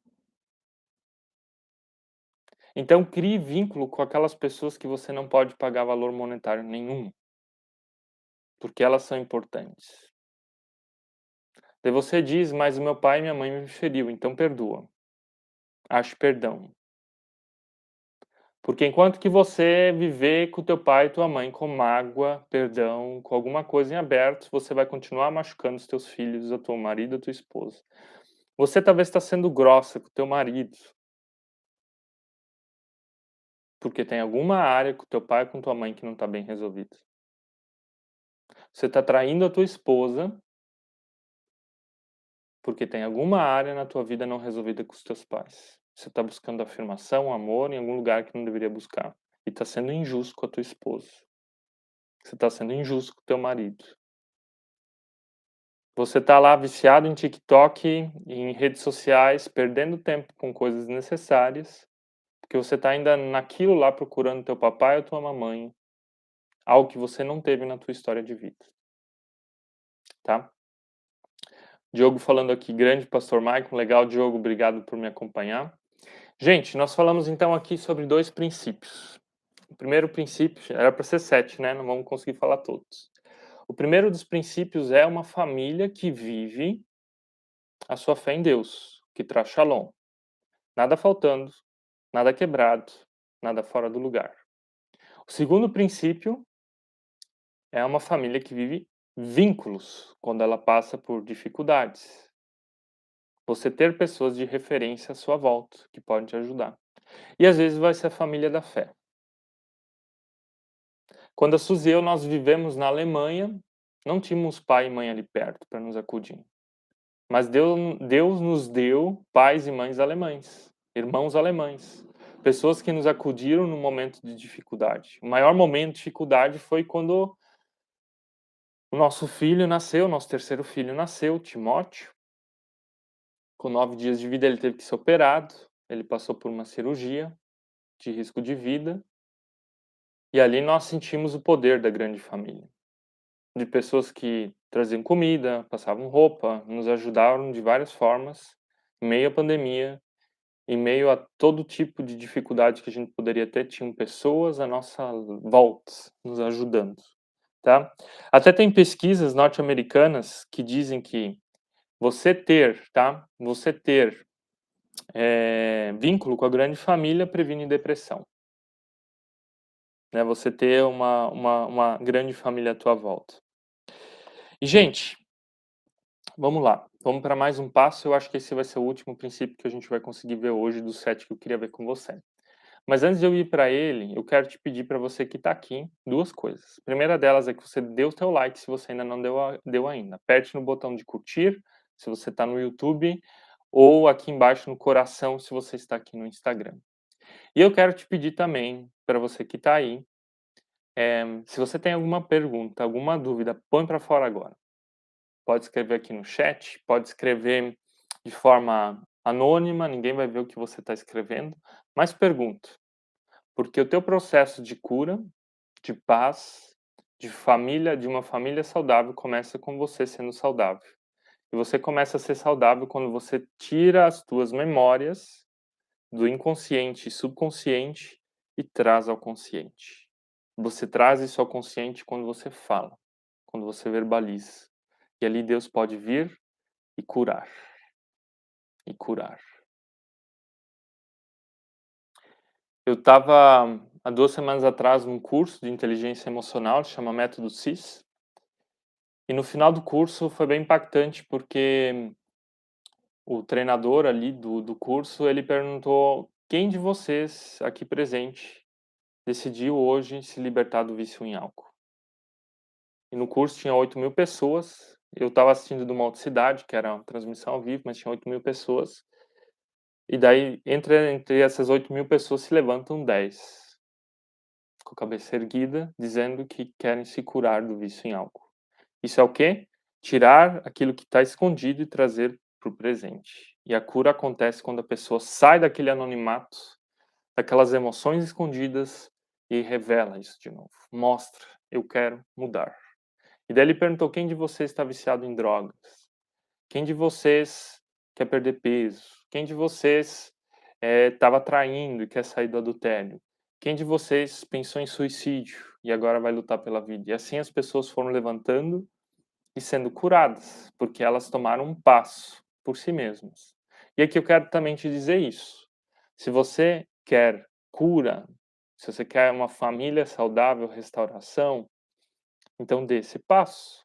Então, crie vínculo com aquelas pessoas que você não pode pagar valor monetário nenhum, porque elas são importantes. Daí você diz: "Mas o meu pai e minha mãe me feriu, então perdoa". Ache perdão. Porque enquanto que você viver com teu pai e tua mãe com mágoa, perdão, com alguma coisa em aberto, você vai continuar machucando os teus filhos, o teu marido, a tua esposa. Você talvez está sendo grossa com teu marido, porque tem alguma área com teu pai e com tua mãe que não está bem resolvida. Você está traindo a tua esposa, porque tem alguma área na tua vida não resolvida com os teus pais. Você está buscando afirmação, amor em algum lugar que não deveria buscar. E está sendo injusto com a tua esposa. Você está sendo injusto com o teu marido. Você está lá viciado em TikTok, em redes sociais, perdendo tempo com coisas desnecessárias, porque você está ainda naquilo lá procurando teu papai ou tua mamãe, algo que você não teve na tua história de vida, tá? Diogo falando aqui, grande pastor Maicon, legal, Diogo, obrigado por me acompanhar. Gente, nós falamos então aqui sobre dois princípios. O primeiro princípio, era para ser sete, né? Não vamos conseguir falar todos. O primeiro dos princípios é uma família que vive a sua fé em Deus, que traz shalom. Nada faltando, nada quebrado, nada fora do lugar. O segundo princípio é uma família que vive vínculos quando ela passa por dificuldades. Você ter pessoas de referência à sua volta que podem te ajudar. E às vezes vai ser a família da fé. Quando a Suzy e eu nós vivemos na Alemanha, não tínhamos pai e mãe ali perto para nos acudir. Mas Deus, Deus nos deu pais e mães alemães, irmãos alemães, pessoas que nos acudiram no momento de dificuldade. O maior momento de dificuldade foi quando o nosso filho nasceu, nosso terceiro filho nasceu, Timóteo. Com nove dias de vida ele teve que ser operado, ele passou por uma cirurgia de risco de vida. E ali nós sentimos o poder da grande família. De pessoas que traziam comida, passavam roupa, nos ajudaram de várias formas, em meio à pandemia, em meio a todo tipo de dificuldade que a gente poderia ter, tinham pessoas à nossa volta nos ajudando, tá? Até tem pesquisas norte-americanas que dizem que você ter, tá? Você ter eh, vínculo com a grande família previne depressão. Né? Você ter uma, uma, uma grande família à tua volta. E, gente, vamos lá. Vamos para mais um passo. Eu acho que esse vai ser o último princípio que a gente vai conseguir ver hoje dos sete que eu queria ver com você. Mas antes de eu ir para ele, eu quero te pedir para você que está aqui duas coisas. A primeira delas é que você dê o teu like se você ainda não deu, a, deu ainda. Aperte no botão de curtir se você está no YouTube ou aqui embaixo no coração se você está aqui no Instagram. E eu quero te pedir também, para você que está aí, é, se você tem alguma pergunta, alguma dúvida, põe para fora agora. Pode escrever aqui no chat, pode escrever de forma anônima, ninguém vai ver o que você está escrevendo, mas pergunta. Porque o teu processo de cura, de paz, de família, de uma família saudável, começa com você sendo saudável. E você começa a ser saudável quando você tira as tuas memórias do inconsciente e subconsciente e traz ao consciente. Você traz isso ao consciente quando você fala, quando você verbaliza. E ali Deus pode vir e curar. E curar. Eu estava há duas semanas atrás num curso de inteligência emocional, que chama Método C I S. E no final do curso foi bem impactante, porque o treinador ali do do curso, ele perguntou: "Quem de vocês aqui presente decidiu hoje se libertar do vício em álcool?". E no curso tinha oito mil pessoas, eu estava assistindo de uma outra cidade, que era uma transmissão ao vivo, mas tinha oito mil pessoas. E daí, entre entre essas oito mil pessoas, se levantam dez, com a cabeça erguida, dizendo que querem se curar do vício em álcool. Isso é o quê? Tirar aquilo que está escondido e trazer para o presente. E a cura acontece quando a pessoa sai daquele anonimato, daquelas emoções escondidas e revela isso de novo. Mostra, eu quero mudar. E daí ele perguntou: quem de vocês está viciado em drogas? Quem de vocês quer perder peso? Quem de vocês estava traindo e quer sair do adultério? Quem de vocês pensou em suicídio e agora vai lutar pela vida? E assim as pessoas foram levantando e sendo curadas, porque elas tomaram um passo por si mesmas. E aqui eu quero também te dizer isso. Se você quer cura, se você quer uma família saudável, restauração, então dê esse passo.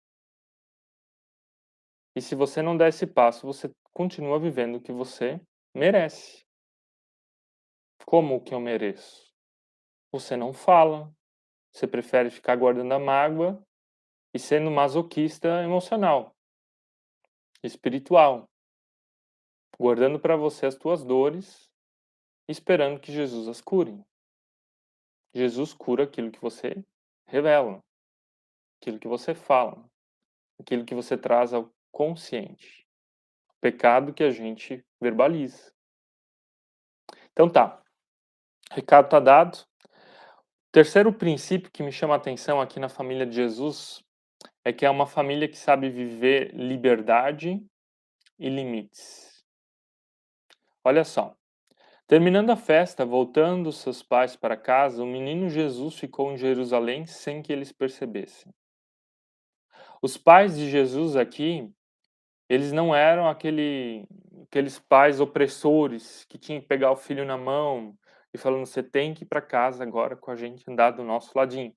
E se você não der esse passo, você continua vivendo o que você merece. Como o que eu mereço? Você não fala, você prefere ficar guardando a mágoa e sendo masoquista emocional, espiritual, guardando para você as tuas dores, esperando que Jesus as cure. Jesus cura aquilo que você revela, aquilo que você fala, aquilo que você traz ao consciente, o pecado que a gente verbaliza. Então tá, recado tá dado. Terceiro princípio que me chama a atenção aqui na família de Jesus é que é uma família que sabe viver liberdade e limites. Olha só, terminando a festa, voltando seus pais para casa, o menino Jesus ficou em Jerusalém sem que eles percebessem. Os pais de Jesus aqui, eles não eram aquele, aqueles pais opressores que tinham que pegar o filho na mão e falando: você tem que ir para casa agora com a gente andar do nosso ladinho.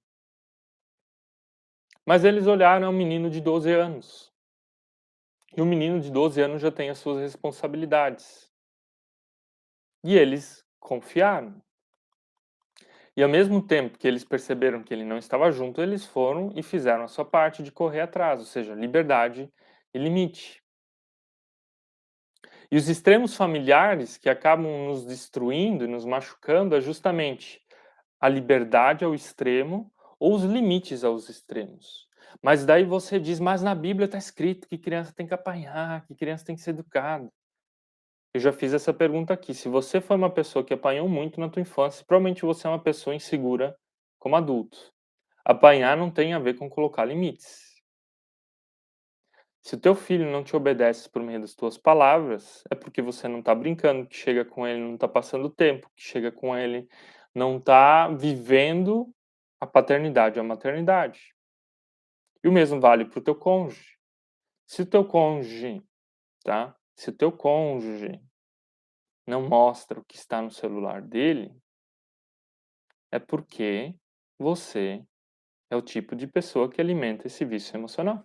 Mas eles olharam um menino de doze anos. E o menino de doze anos já tem as suas responsabilidades. E eles confiaram. E ao mesmo tempo que eles perceberam que ele não estava junto, eles foram e fizeram a sua parte de correr atrás, ou seja, liberdade e limite. E os extremos familiares que acabam nos destruindo e nos machucando é justamente a liberdade ao extremo ou os limites aos extremos. Mas daí você diz: mas na Bíblia está escrito que criança tem que apanhar, que criança tem que ser educada. Eu já fiz essa pergunta aqui. Se você foi uma pessoa que apanhou muito na tua infância, provavelmente você é uma pessoa insegura como adulto. Apanhar não tem a ver com colocar limites. Se o teu filho não te obedece por meio das tuas palavras, é porque você não está brincando, que chega com ele, não está passando tempo, que chega com ele, não está vivendo a paternidade ou a maternidade. E o mesmo vale para o teu cônjuge. Se o teu cônjuge, tá? Se o teu cônjuge não mostra o que está no celular dele, é porque você é o tipo de pessoa que alimenta esse vício emocional.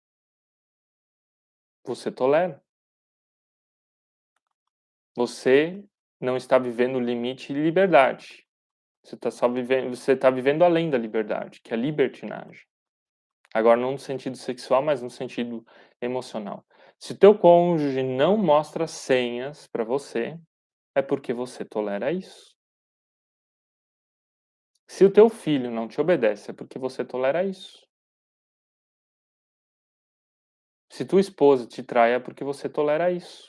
Você tolera. Você não está vivendo o limite de liberdade. Você está só vivendo, você está vivendo além da liberdade, que é a libertinagem. Agora não no sentido sexual, mas no sentido emocional. Se o teu cônjuge não mostra senhas para você, é porque você tolera isso. Se o teu filho não te obedece, é porque você tolera isso. Se tua esposa te trai, é porque você tolera isso.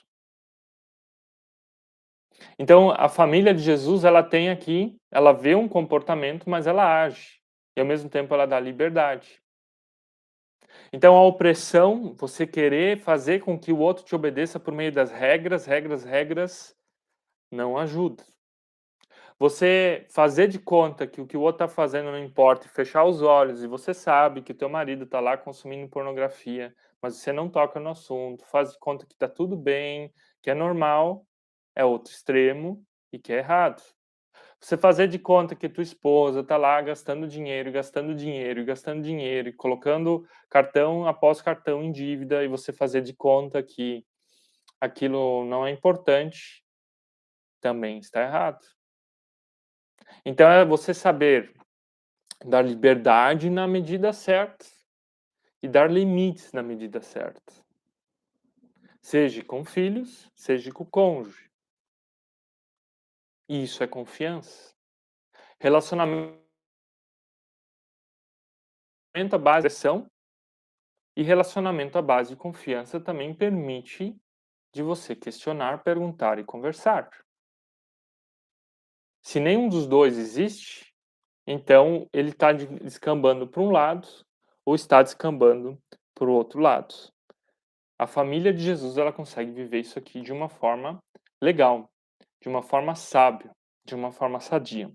Então, a família de Jesus, ela tem aqui, ela vê um comportamento, mas ela age. E ao mesmo tempo ela dá liberdade. Então, a opressão, você querer fazer com que o outro te obedeça por meio das regras, regras, regras, não ajuda. Você fazer de conta que o que o outro está fazendo não importa e fechar os olhos, e você sabe que o teu marido está lá consumindo pornografia, mas você não toca no assunto, faz de conta que está tudo bem, que é normal, é outro extremo e que é errado. Você fazer de conta que tua esposa está lá gastando dinheiro, gastando dinheiro, e gastando dinheiro, e colocando cartão após cartão em dívida, e você fazer de conta que aquilo não é importante, também está errado. Então é você saber dar liberdade na medida certa e dar limites na medida certa. Seja com filhos, seja com o cônjuge. Isso é confiança. Relacionamento à base de pressão e relacionamento à base de confiança também permite de você questionar, perguntar e conversar. Se nenhum dos dois existe, então ele está descambando para um lado ou está descambando para o outro lado. A família de Jesus, ela consegue viver isso aqui de uma forma legal, de uma forma sábia, de uma forma sadia.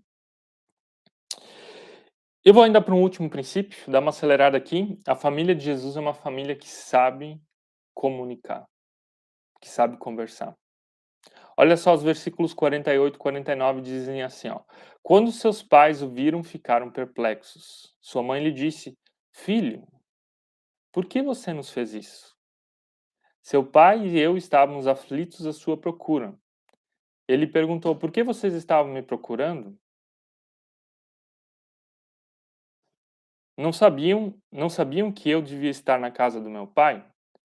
Eu vou ainda para um último princípio, dar uma acelerada aqui. A família de Jesus é uma família que sabe comunicar, que sabe conversar. Olha só os versículos quarenta e oito e quarenta e nove dizem assim, ó: Quando seus pais o viram, ficaram perplexos. Sua mãe lhe disse: Filho, por que você nos fez isso? Seu pai e eu estávamos aflitos à sua procura. Ele perguntou: Por que vocês estavam me procurando? Não sabiam, não sabiam que eu devia estar na casa do meu pai?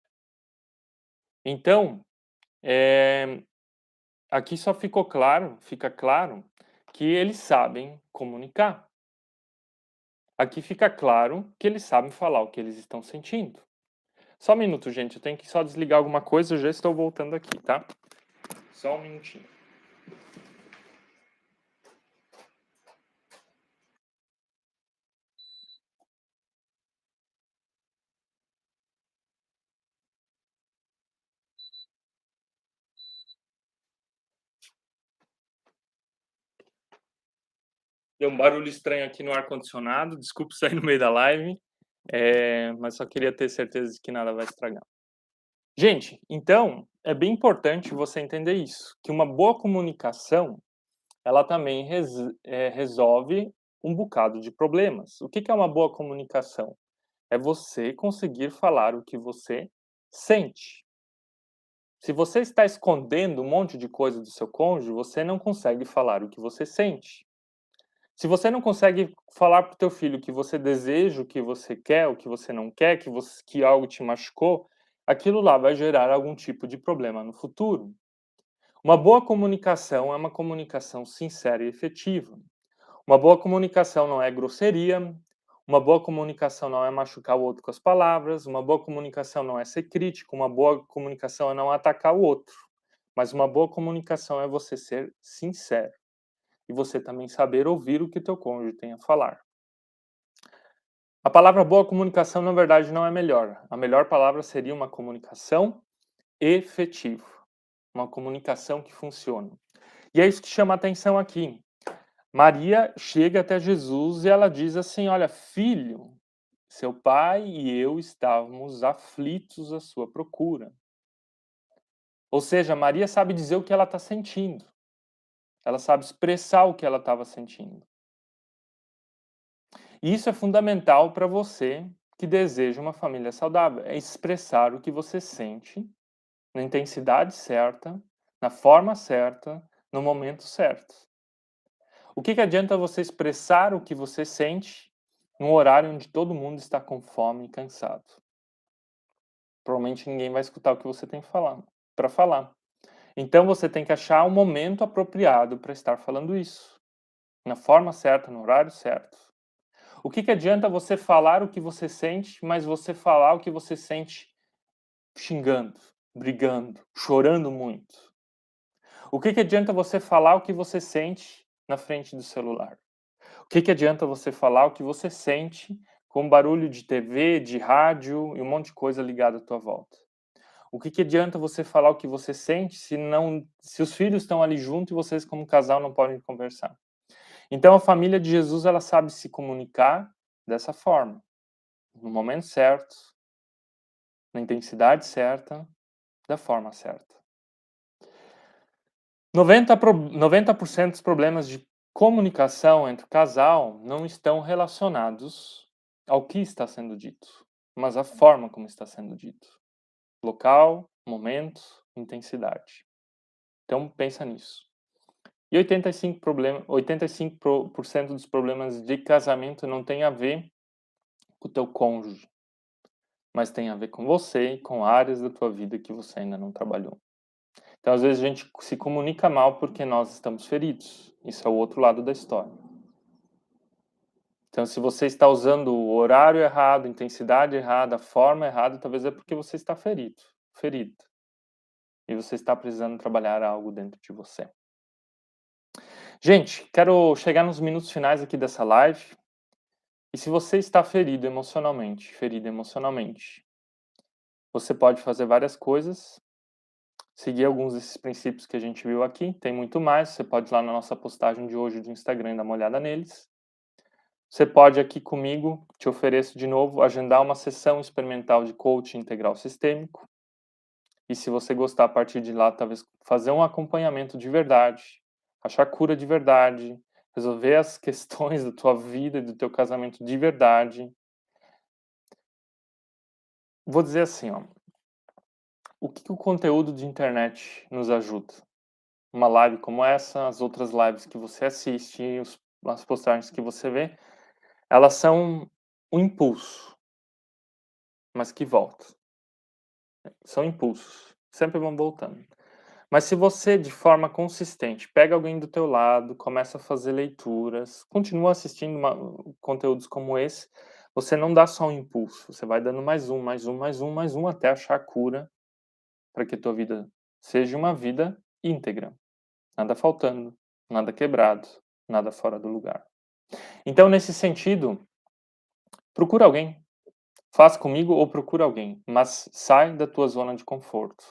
Então, eh, aqui só ficou claro, fica claro que eles sabem comunicar. Aqui fica claro que eles sabem falar o que eles estão sentindo. Só um minuto, gente, eu tenho que só desligar alguma coisa, eu já estou voltando aqui, tá? Só um minutinho. Deu um barulho estranho aqui no ar-condicionado, desculpe sair no meio da live, eh, mas só queria ter certeza de que nada vai estragar. Gente, então, é bem importante você entender isso, que uma boa comunicação, ela também res eh, resolve um bocado de problemas. O que que é uma boa comunicação? É você conseguir falar o que você sente. Se você está escondendo um monte de coisa do seu cônjuge, você não consegue falar o que você sente. Se você não consegue falar para o teu filho o que você deseja, o que você quer, o que você não quer, que você que algo te machucou, aquilo lá vai gerar algum tipo de problema no futuro. Uma boa comunicação é uma comunicação sincera e efetiva. Uma boa comunicação não é grosseria, uma boa comunicação não é machucar o outro com as palavras, uma boa comunicação não é ser crítico, uma boa comunicação é não atacar o outro. Mas uma boa comunicação é você ser sincero e você também saber ouvir o que teu cônjuge tem a falar. A palavra boa comunicação, na verdade, não é melhor. A melhor palavra seria uma comunicação efetiva, uma comunicação que funciona. E é isso que chama a atenção aqui. Maria chega até Jesus e ela diz assim: Olha, filho, seu pai e eu estávamos aflitos à sua procura. Ou seja, Maria sabe dizer o que ela está sentindo. Ela sabe expressar o que ela estava sentindo. E isso é fundamental para você que deseja uma família saudável. É expressar o que você sente na intensidade certa, na forma certa, no momento certo. O que, que adianta você expressar o que você sente num horário onde todo mundo está com fome e cansado? Provavelmente ninguém vai escutar o que você tem para falar. Então você tem que achar o momento apropriado para estar falando isso, na forma certa, no horário certo. O que, que adianta você falar o que você sente, mas você falar o que você sente xingando, brigando, chorando muito? O que, que adianta você falar o que você sente na frente do celular? O que, que adianta você falar o que você sente com barulho de T V, de rádio e um monte de coisa ligada à tua volta? O que, que adianta você falar o que você sente se não, se os filhos estão ali junto e vocês como casal não podem conversar? Então a família de Jesus, ela sabe se comunicar dessa forma, no momento certo, na intensidade certa, da forma certa. noventa por cento noventa por cento dos problemas de comunicação entre o casal não estão relacionados ao que está sendo dito, mas à forma como está sendo dito. Local, momento, intensidade. Então pensa nisso. E oitenta e cinco por cento oitenta e cinco por cento dos problemas de casamento não tem a ver com o teu cônjuge, mas tem a ver com você e com áreas da tua vida que você ainda não trabalhou. Então, às vezes, a gente se comunica mal porque nós estamos feridos. Isso é o outro lado da história. Então, se você está usando o horário errado, a intensidade errada, a forma errada, talvez é porque você está ferido, ferido. E você está precisando trabalhar algo dentro de você. Gente, quero chegar nos minutos finais aqui dessa live. E se você está ferido emocionalmente, ferido emocionalmente, você pode fazer várias coisas. Seguir alguns desses princípios que a gente viu aqui. Tem muito mais. Você pode ir lá na nossa postagem de hoje do Instagram e dar uma olhada neles. Você pode aqui comigo, te ofereço de novo, agendar uma sessão experimental de coaching integral sistêmico. E se você gostar, a partir de lá, talvez fazer um acompanhamento de verdade, achar cura de verdade, resolver as questões da tua vida e do teu casamento de verdade. Vou dizer assim, ó. O que, que o conteúdo de internet nos ajuda? Uma live como essa, as outras lives que você assiste, os, as postagens que você vê, elas são um impulso, mas que volta. São impulsos, sempre vão voltando. Mas se você, de forma consistente, pega alguém do teu lado, começa a fazer leituras, continua assistindo uma, conteúdos como esse, você não dá só um impulso, você vai dando mais um, mais um, mais um, mais um, até achar a cura para que a tua vida seja uma vida íntegra. Nada faltando, nada quebrado, nada fora do lugar. Então, nesse sentido, procura alguém. Faz comigo ou procura alguém, mas sai da tua zona de conforto.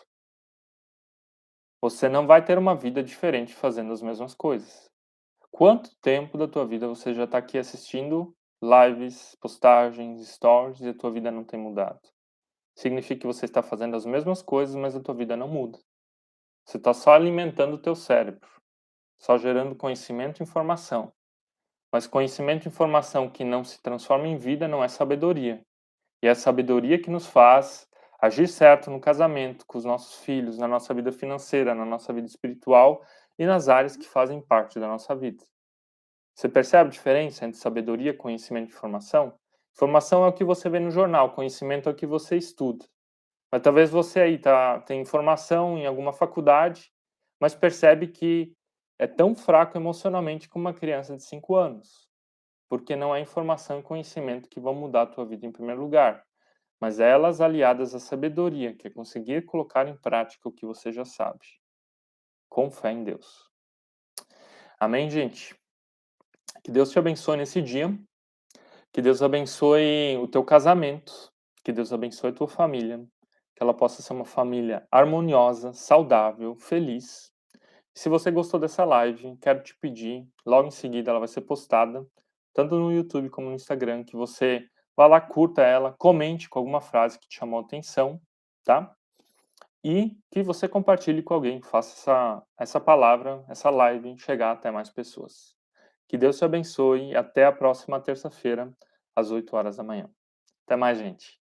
Você não vai ter uma vida diferente fazendo as mesmas coisas. Quanto tempo da tua vida você já está aqui assistindo lives, postagens, stories e a tua vida não tem mudado? Significa que você está fazendo as mesmas coisas, mas a tua vida não muda. Você está só alimentando o teu cérebro, só gerando conhecimento e informação. Mas conhecimento e informação que não se transforma em vida não é sabedoria. E é a sabedoria que nos faz agir certo no casamento, com os nossos filhos, na nossa vida financeira, na nossa vida espiritual e nas áreas que fazem parte da nossa vida. Você percebe a diferença entre sabedoria, conhecimento e informação? Informação é o que você vê no jornal, conhecimento é o que você estuda. Mas talvez você aí tá, tem informação em alguma faculdade, mas percebe que é tão fraco emocionalmente como uma criança de cinco anos. Porque não é informação e conhecimento que vão mudar a tua vida em primeiro lugar, mas elas aliadas à sabedoria, que é conseguir colocar em prática o que você já sabe. Com fé em Deus. Amém, gente? Que Deus te abençoe nesse dia. Que Deus abençoe o teu casamento. Que Deus abençoe a tua família. Que ela possa ser uma família harmoniosa, saudável, feliz. Se você gostou dessa live, quero te pedir, logo em seguida ela vai ser postada, tanto no YouTube como no Instagram, que você vá lá, curta ela, comente com alguma frase que te chamou a atenção, tá? E que você compartilhe com alguém, faça essa, essa palavra, essa live chegar até mais pessoas. Que Deus te abençoe e até a próxima terça-feira, às oito horas da manhã. Até mais, gente.